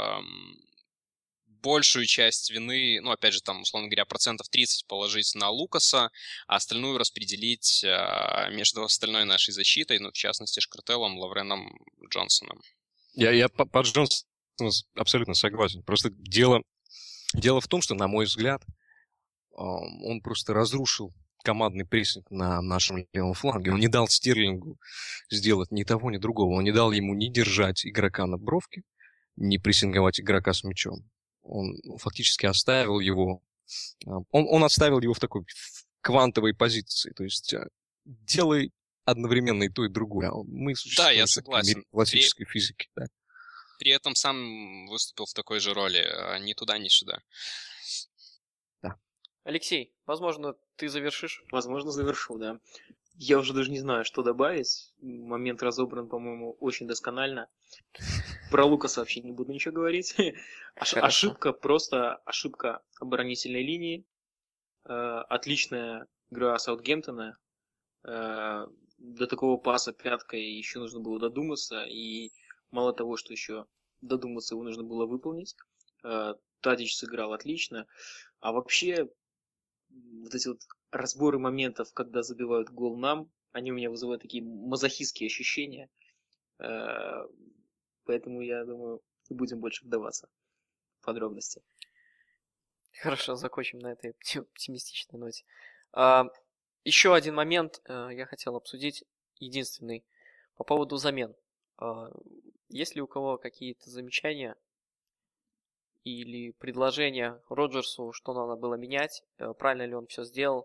большую часть вины, ну, опять же, там, условно говоря, процентов тридцать положить на Лукаса, а остальную распределить э, между остальной нашей защитой, ну, в частности, Шкртелом, Лавреном, Джонсоном. Я, я по, по Джонсону абсолютно согласен. Просто дело, дело в том, что, на мой взгляд, он просто разрушил командный прессинг на нашем левом фланге. Он не дал Стерлингу сделать ни того, ни другого. Он не дал ему ни держать игрока на бровке, ни прессинговать игрока с мячом. Он фактически оставил его, он, он оставил его в такой в квантовой позиции, то есть делай одновременно и то, и другое. Мы существуем да, я согласен. в мире классической при... физики. Да. При этом сам выступил в такой же роли, ни туда, ни сюда. Да. Алексей, возможно, ты завершишь? Возможно, завершу, да. Я уже даже не знаю, что добавить. Момент разобран, по-моему, очень досконально. Про Лукаса вообще не буду ничего говорить. Ош- ошибка, просто ошибка оборонительной линии. Э, отличная игра Саутгемптона. Э, до такого паса пяткой еще нужно было додуматься. И мало того, что еще додуматься его нужно было выполнить. Э, Тадич сыграл отлично. А вообще, вот эти вот разборы моментов, когда забивают гол нам, они у меня вызывают такие мазохистские ощущения. Э, Поэтому, я думаю, не будем больше вдаваться в подробности. Хорошо, закончим на этой оптимистичной ноте. А, еще один момент а, я хотел обсудить, единственный, по поводу замен. А, есть ли у кого какие-то замечания или предложения Роджерсу, что надо было менять? А, правильно ли он все сделал?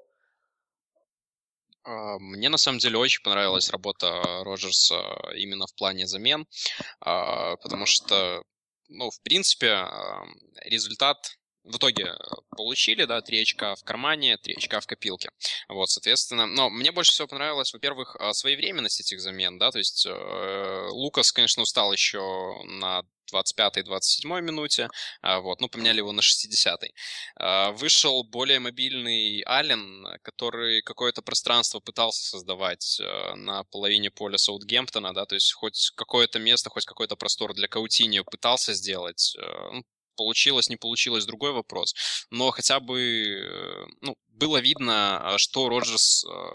Мне, на самом деле, очень понравилась работа Роджерса именно в плане замен, потому что, ну, в принципе, результат в итоге получили, да, три очка в кармане, три очка в копилке. Вот, соответственно, но мне больше всего понравилось, во-первых, своевременность этих замен, да, то есть Лукас, конечно, устал еще на двадцать пятой двадцать седьмой минуте, вот, ну, поменяли его на шестидесятой. Вышел более мобильный Аллен, который какое-то пространство пытался создавать на половине поля Саутгемптона, да, то есть хоть какое-то место, хоть какой-то простор для Каутиньо пытался сделать. Ну, получилось, не получилось, другой вопрос. Но хотя бы, ну, было видно, что Роджерс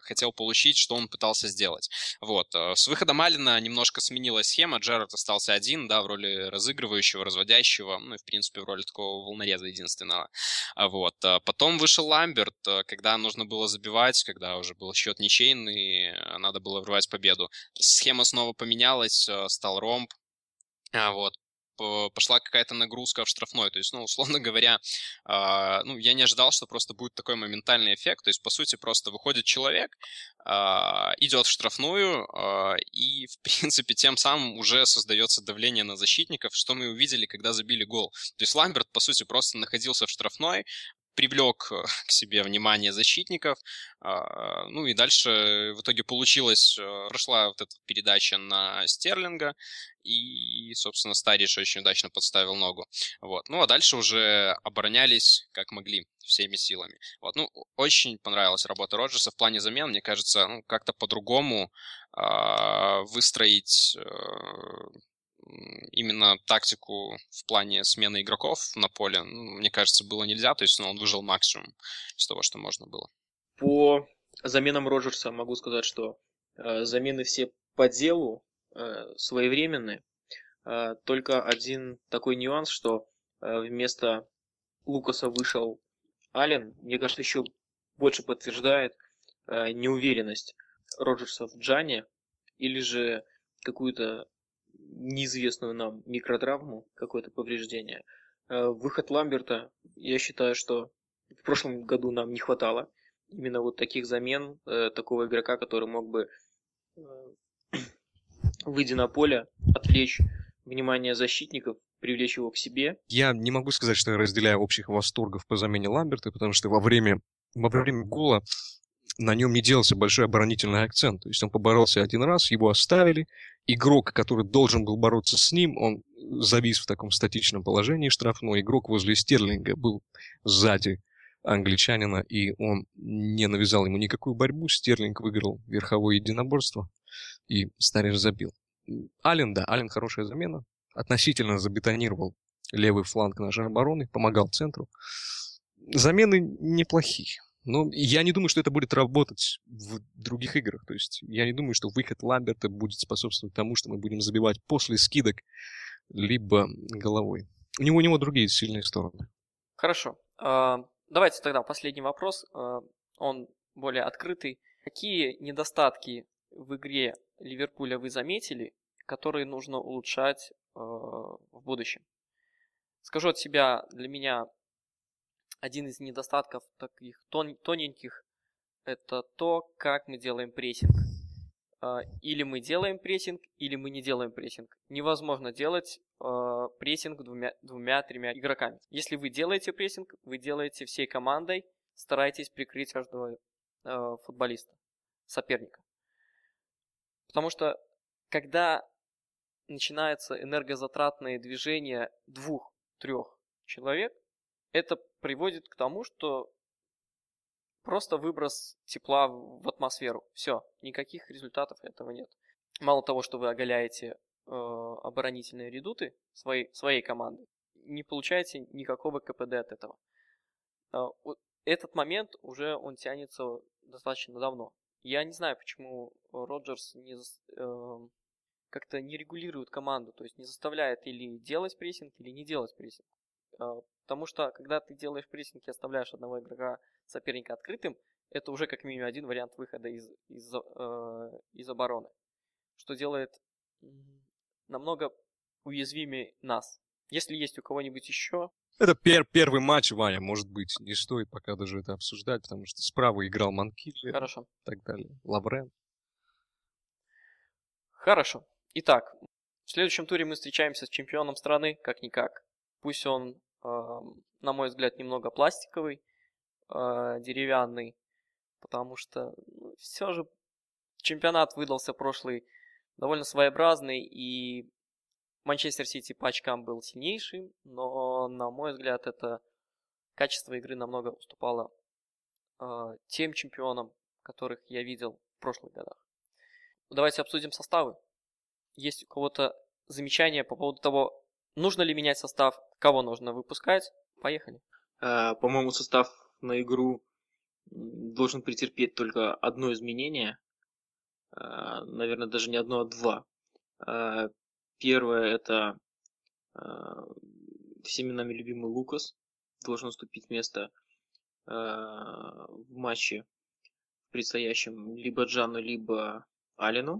хотел получить, что он пытался сделать. Вот. С выходом Аллена немножко сменилась схема. Джерард остался один, да, в роли разыгрывающего, разводящего, ну и, в принципе, в роли такого волнореза единственного. Вот. Потом вышел Ламберт, когда нужно было забивать, когда уже был счет ничейный, надо было врывать победу. Схема снова поменялась, стал ромб. Вот. Пошла какая-то нагрузка в штрафной. То есть, ну, условно говоря, э, ну, я не ожидал, что просто будет такой моментальный эффект. То есть, по сути, просто выходит человек, э, идет в штрафную, э, и, в принципе, тем самым уже создается давление на защитников, что мы увидели, когда забили гол. То есть, Ламберт, по сути, просто находился в штрафной, привлек к себе внимание защитников, ну и дальше в итоге получилось, прошла вот эта передача на Стерлинга, и, собственно, Старидж очень удачно подставил ногу. Вот. Ну а дальше уже оборонялись как могли, всеми силами. Вот. Ну, очень понравилась работа Роджерса в плане замен. Мне кажется, ну, как-то по-другому э, выстроить... Э, именно тактику в плане смены игроков на поле, ну, мне кажется, было нельзя. То есть ну, он выжил максимум из того, что можно было. По заменам Роджерса могу сказать, что э, замены все по делу, э, своевременные. Э, только один такой нюанс, что э, вместо Лукаса вышел Аллен. Мне кажется, еще больше подтверждает э, неуверенность Роджерса в Джане или же какую-то неизвестную нам микротравму, какое-то повреждение. Выход Ламберта, я считаю, что в прошлом году нам не хватало именно вот таких замен, такого игрока, который мог бы, выйдя на поле, отвлечь внимание защитников, привлечь его к себе. Я не могу сказать, что я разделяю общих восторгов по замене Ламберта, потому что во время, во время гола на нем не делался большой оборонительный акцент. То есть он поборолся один раз, его оставили. Игрок, который должен был бороться с ним, он завис в таком статичном положении штрафной. Игрок возле Стерлинга был сзади англичанина, и он не навязал ему никакую борьбу. Стерлинг выиграл верховое единоборство, и Старидж забил. Аллен, да, Аллен хорошая замена. Относительно забетонировал левый фланг нашей обороны, помогал центру. Замены неплохие. Но я не думаю, что это будет работать в других играх. То есть я не думаю, что выход Ламберта будет способствовать тому, что мы будем забивать после скидок, либо головой. У него, у него другие сильные стороны. Хорошо. Давайте тогда последний вопрос. Он более открытый. Какие недостатки в игре Ливерпуля вы заметили, которые нужно улучшать в будущем? Скажу от себя, для меня один из недостатков таких тон, тоненьких – это то, как мы делаем прессинг. Или мы делаем прессинг, или мы не делаем прессинг. Невозможно делать э, прессинг двумя, двумя-тремя игроками. Если вы делаете прессинг, вы делаете всей командой, старайтесь прикрыть каждого э, футболиста, соперника. Потому что когда начинается энергозатратное движение двух-трех человек, это приводит к тому, что просто выброс тепла в атмосферу. Все, никаких результатов этого нет. Мало того, что вы оголяете э, оборонительные редуты своей, своей команды, не получаете никакого КПД от этого. Э, этот момент уже он тянется достаточно давно. Я не знаю, почему Роджерс не, э, как-то не регулирует команду, то есть не заставляет или делать прессинг, или не делать прессинг. Потому что, когда ты делаешь прессинг и оставляешь одного игрока соперника открытым, это уже как минимум один вариант выхода из, из, э, из обороны. Что делает намного уязвимее нас. Если есть у кого-нибудь еще... Это пер- первый матч, Ваня, может быть, не стоит пока даже это обсуждать, потому что справа играл Манкиллер. Хорошо. И так далее. Лаврен. Хорошо. Итак, в следующем туре мы встречаемся с чемпионом страны, как-никак. Пусть он, на мой взгляд, немного пластиковый, деревянный, потому что ну, все же чемпионат выдался прошлый довольно своеобразный, и Манчестер Сити по очкам был сильнейшим, но, на мой взгляд, это качество игры намного уступало тем чемпионам, которых я видел в прошлых годах. Давайте обсудим составы. Есть у кого-то замечания по поводу того, нужно ли менять состав, кого нужно выпускать? Поехали. По-моему, состав на игру должен претерпеть только одно изменение. Наверное, даже не одно, а два. Первое – это всеми нами любимый Лукас должен уступить место в матче предстоящем либо Джану, либо Аллену.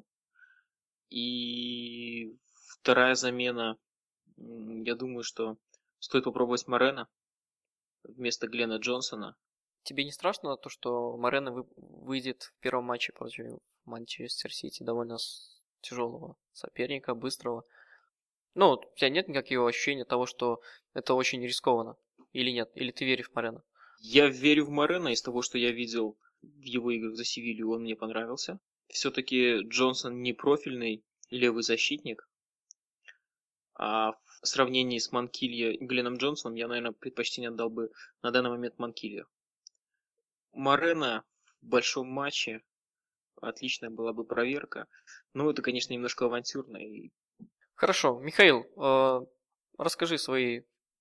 И вторая замена, я думаю, что стоит попробовать Морена вместо Глена Джонсона. Тебе не страшно то, что Морено вы- выйдет в первом матче против Манчестер Сити, довольно с- тяжелого соперника, быстрого? Ну, у тебя нет никакого ощущения того, что это очень рискованно? Или нет? Или ты веришь в Морено? Я верю в Морено. Из того, что я видел в его играх за Севилью, он мне понравился. Все-таки Джонсон не профильный левый защитник. А в сравнении с Манкилья и Гленном Джонсоном я, наверное, предпочтение отдал бы на данный момент Манкилья. Морено в большом матче отличная была бы проверка. Ну, это, конечно, немножко авантюрно. И... Хорошо. Михаил, э, расскажи свои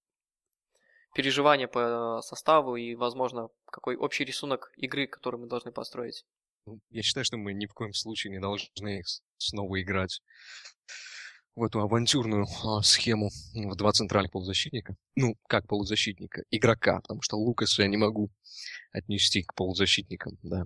переживания по составу и, возможно, какой общий рисунок игры, который мы должны построить. Ну, я считаю, что мы ни в коем случае не должны с- снова играть в эту авантюрную а, схему в два центральных полузащитника. Ну, как полузащитника, игрока, потому что Лукаса я не могу отнести к полузащитникам, да.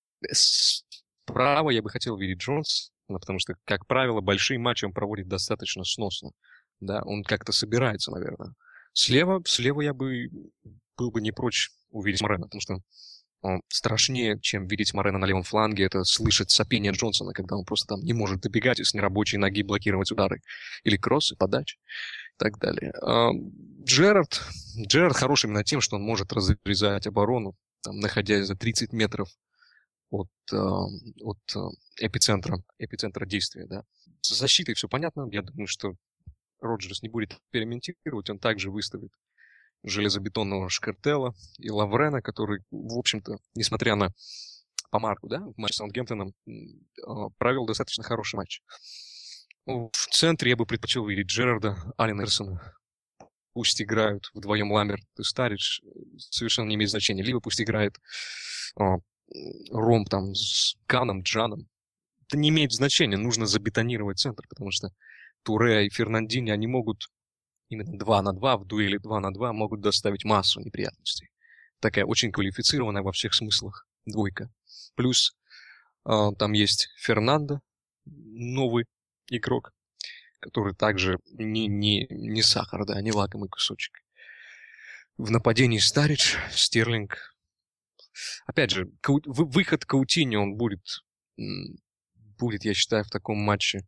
Справа я бы хотел видеть Джонс, потому что, как правило, большие матчи он проводит достаточно сносно, да, он как-то собирается, наверное. Слева, слева я бы был бы не прочь увидеть Морено, потому что он страшнее, чем видеть Морено на левом фланге, это слышать сопение Джонсона, когда он просто там не может добегать и с нерабочей ноги блокировать удары. Или кроссы, подачи и так далее. А, Джерард, Джерард хорош именно тем, что он может разрезать оборону, там, находясь за тридцать метров от, а, от а, эпицентра, эпицентра действия. Да. С защитой все понятно. Я думаю, что Роджерс не будет экспериментировать, он также выставит железобетонного Шкартелла и Лаврена, который, в общем-то, несмотря на помарку, да, в матче с Саутгемптоном, провел достаточно хороший матч. В центре я бы предпочел видеть Джерарда, Аллен Эрсона. Пусть играют вдвоем Ламберт и Старидж, совершенно не имеет значения. Либо пусть играет о, Ром там с Каном, Джаном. Это не имеет значения, нужно забетонировать центр, потому что Туре и Фернандини, они могут именно два на два, в дуэли два на два могут доставить массу неприятностей. Такая очень квалифицированная во всех смыслах двойка. Плюс э, там есть Фернандо, новый игрок, который также не, не, не сахар, да, не лакомый кусочек. В нападении Старидж, Стерлинг. Опять же, Кау... выход Каутиньо, он будет, будет, я считаю, в таком матче...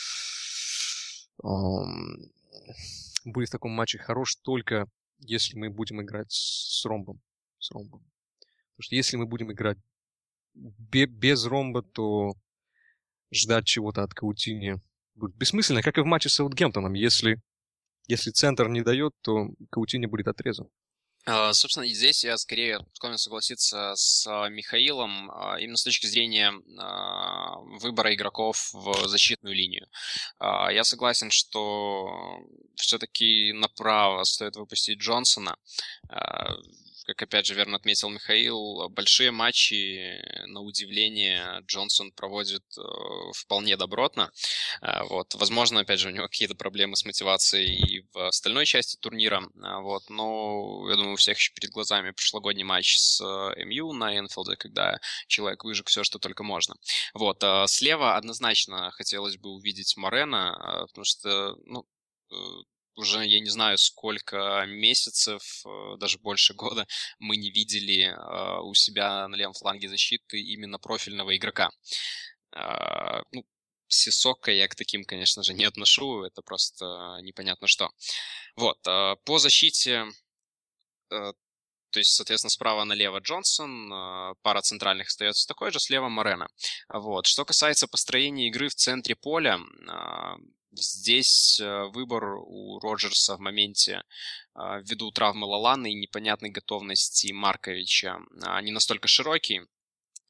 Эм... будет в таком матче хорош только если мы будем играть с ромбом. С ромбом. Потому что если мы будем играть бе- без ромба, то ждать чего-то от Каутиньо будет бессмысленно, как и в матче с Саутгемптоном. Если, если центр не дает, то Каутиньо будет отрезан. Uh, собственно, здесь я скорее склонен согласиться с uh, Михаилом uh, именно с точки зрения uh, выбора игроков в защитную линию. Uh, я согласен, что все-таки направо стоит выпустить Джонсона. Uh, как опять же верно отметил Михаил, большие матчи, на удивление, Джонсон проводит э, вполне добротно. Э, вот. Возможно, опять же, у него какие-то проблемы с мотивацией и в остальной части турнира. Э, вот. Но, я думаю, у всех еще перед глазами прошлогодний матч с э, МЮ на Энфилде, когда человек выжег все, что только можно. Вот. Э, слева однозначно хотелось бы увидеть Морено, э, потому что, ну, э, уже, я не знаю, сколько месяцев, даже больше года, мы не видели э, у себя на левом фланге защиты именно профильного игрока. Э, ну, Сисока я к таким, конечно же, не отношу, это просто непонятно что. Вот, э, по защите, э, то есть, соответственно, справа налево Джонсон, э, пара центральных остается такой же, слева Морено. Вот. Что касается построения игры в центре поля, э, здесь выбор у Роджерса в моменте, ввиду травмы Лаланы и непонятной готовности Марковича, не настолько широкий.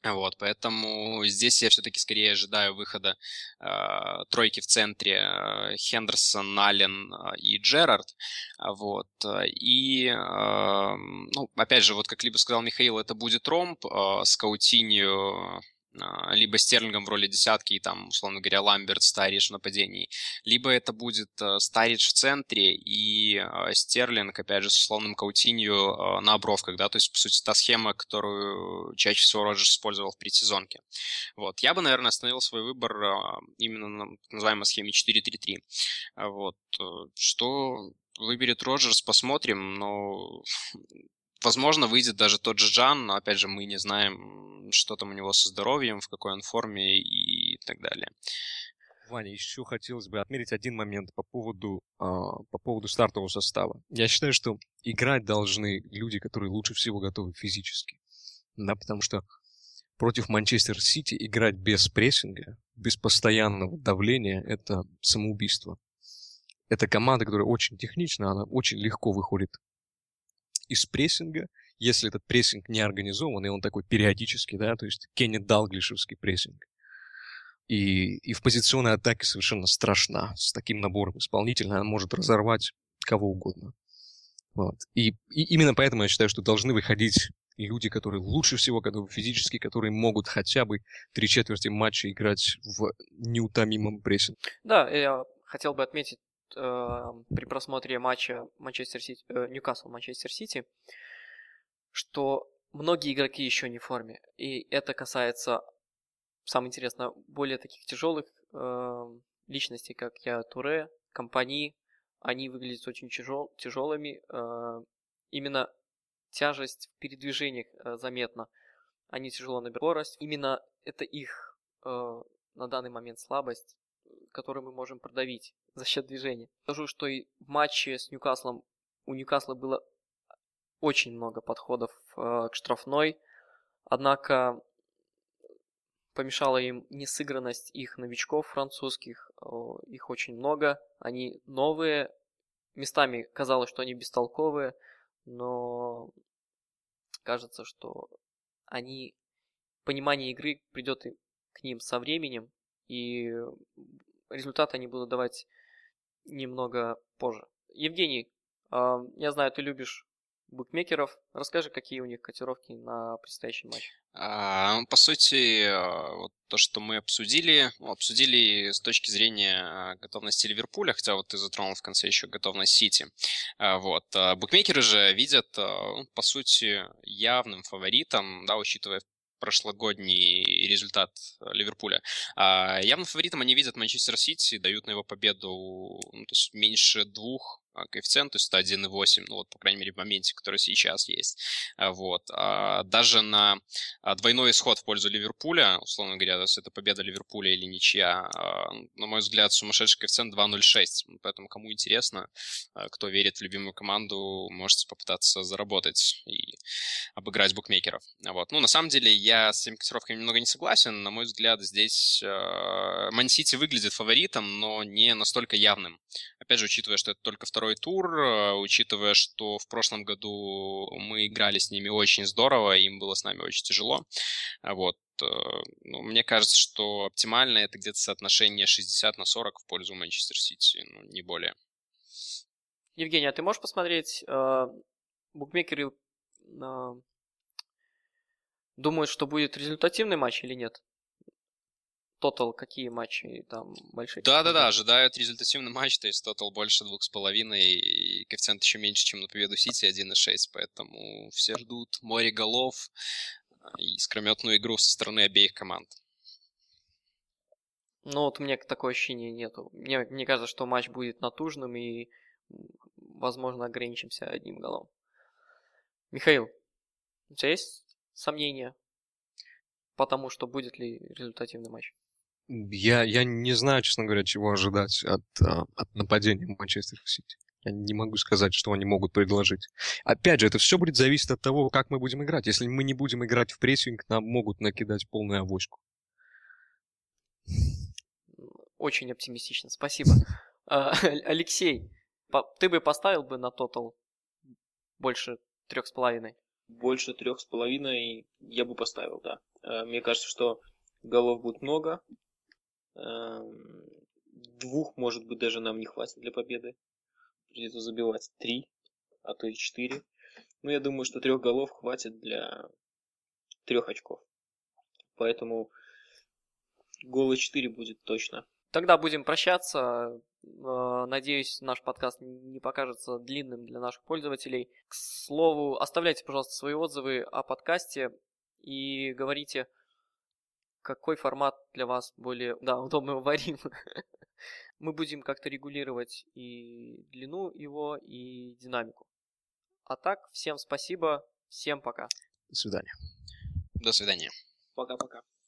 Вот, поэтому здесь я все-таки скорее ожидаю выхода э, тройки в центре э, Хендерсон, Аллен э, и Джерард. Вот, и, э, ну, опять же, вот как либо сказал Михаил, это будет ромб э, с Каутиньо, либо Стерлингом в роли десятки и там, условно говоря, Ламберт, Старидж в нападении, либо это будет э, Старидж в центре и э, Стерлинг, опять же, с условным Каутиньо э, на обровках, да, то есть, по сути, та схема, которую чаще всего Роджерс использовал в предсезонке. Вот, я бы, наверное, остановил свой выбор э, именно на так называемой схеме четыре три три. Вот, э, что выберет Роджерс, посмотрим, но... Возможно, выйдет даже тот же Джан, но, опять же, мы не знаем, что там у него со здоровьем, в какой он форме и так далее. Ваня, еще хотелось бы отметить один момент по поводу, э, по поводу стартового состава. Я считаю, что играть должны люди, которые лучше всего готовы физически. Да, потому что против Манчестер Сити играть без прессинга, без постоянного давления – это самоубийство. Это команда, которая очень технична, она очень легко выходит из прессинга, если этот прессинг не организован, и он такой периодический, да, то есть Кеннет Далглишевский прессинг. И, и в позиционной атаке совершенно страшна. С таким набором исполнителей она может разорвать кого угодно. Вот. И, и именно поэтому я считаю, что должны выходить люди, которые лучше всего готовы физически, которые могут хотя бы три четверти матча играть в неутомимом прессинге. Да, я хотел бы отметить, при просмотре матча Манчестер Сити, Ньюкасл Манчестер Сити, что многие игроки еще не в форме. И это касается, самое интересное, более таких тяжелых э, личностей, как я, Туре, Компани. Они выглядят очень тяжел, тяжелыми. Э, именно тяжесть в передвижениях э, заметна. Они тяжело набирают скорость. Именно это их э, на данный момент слабость, который мы можем продавить за счет движения. Скажу, что и в матче с Ньюкаслом у Ньюкасла было очень много подходов э, к штрафной, однако помешала им несыгранность их новичков французских, э, их очень много, они новые, местами казалось, что они бестолковые, но кажется, что они, понимание игры придет к ним со временем, и результаты они будут давать немного позже. Евгений, я знаю, ты любишь букмекеров. Расскажи, какие у них котировки на предстоящий матч. А, по сути, вот то, что мы обсудили, обсудили с точки зрения готовности Ливерпуля, хотя вот ты затронул в конце еще готовность Сити. Вот. Букмекеры же видят, по сути, явным фаворитом, да, учитывая прошлогодний результат Ливерпуля. А явным фаворитом они видят Манчестер Сити, дают на его победу, ну, то есть меньше двух коэффициент, то есть это один и восемь, ну вот, по крайней мере, в моменте, который сейчас есть. Вот. А даже на двойной исход в пользу Ливерпуля, условно говоря, то есть это победа Ливерпуля или ничья, на мой взгляд, сумасшедший коэффициент два ноль шесть. Поэтому, кому интересно, кто верит в любимую команду, можете попытаться заработать и обыграть букмекеров. Вот. Ну, на самом деле, я с этими котировками немного не согласен. На мой взгляд, здесь Ман-Сити выглядит фаворитом, но не настолько явным. Опять же, учитывая, что это только второй тур, учитывая, что в прошлом году мы играли с ними очень здорово, им было с нами очень тяжело. Вот. Ну, мне кажется, что оптимально это где-то соотношение шестьдесят на сорок в пользу Манчестер Сити, ну, не более. Евгений, а ты можешь посмотреть, э, букмекеры э, думают, что будет результативный матч или нет? Тотал, какие матчи там большие? Да-да-да, ожидают результативный матч, то есть тотал больше двух с половиной, и коэффициент еще меньше, чем на победу Сити, один и шесть, поэтому все ждут море голов и искрометную игру со стороны обеих команд. Ну вот у меня такое ощущение нету. Мне, мне кажется, что матч будет натужным и, возможно, ограничимся одним голом. Михаил, у тебя есть сомнения по тому, что будет ли результативный матч? Я, я не знаю, честно говоря, чего ожидать от, от нападения Манчестер Сити. Я не могу сказать, что они могут предложить. Опять же, это все будет зависеть от того, как мы будем играть. Если мы не будем играть в прессинг, нам могут накидать полную авоську. Очень оптимистично, спасибо. Алексей, ты бы поставил бы на тотал больше трех с половиной? Больше трех с половиной я бы поставил, да. Э, Мне кажется, что голов будет много. Эм, Двух, может быть, даже нам не хватит для победы. Придется забивать три, а то и четыре. Но я думаю, что трех голов хватит для трех очков. Поэтому гола четыре будет точно. Тогда будем прощаться. Э, Надеюсь, наш подкаст не покажется длинным для наших пользователей. К слову, оставляйте, пожалуйста, свои отзывы о подкасте и говорите, какой формат для вас более да, удобный, варим. Мы будем как-то регулировать и длину его, и динамику. А так, всем спасибо, всем пока. До свидания. До свидания. Пока-пока.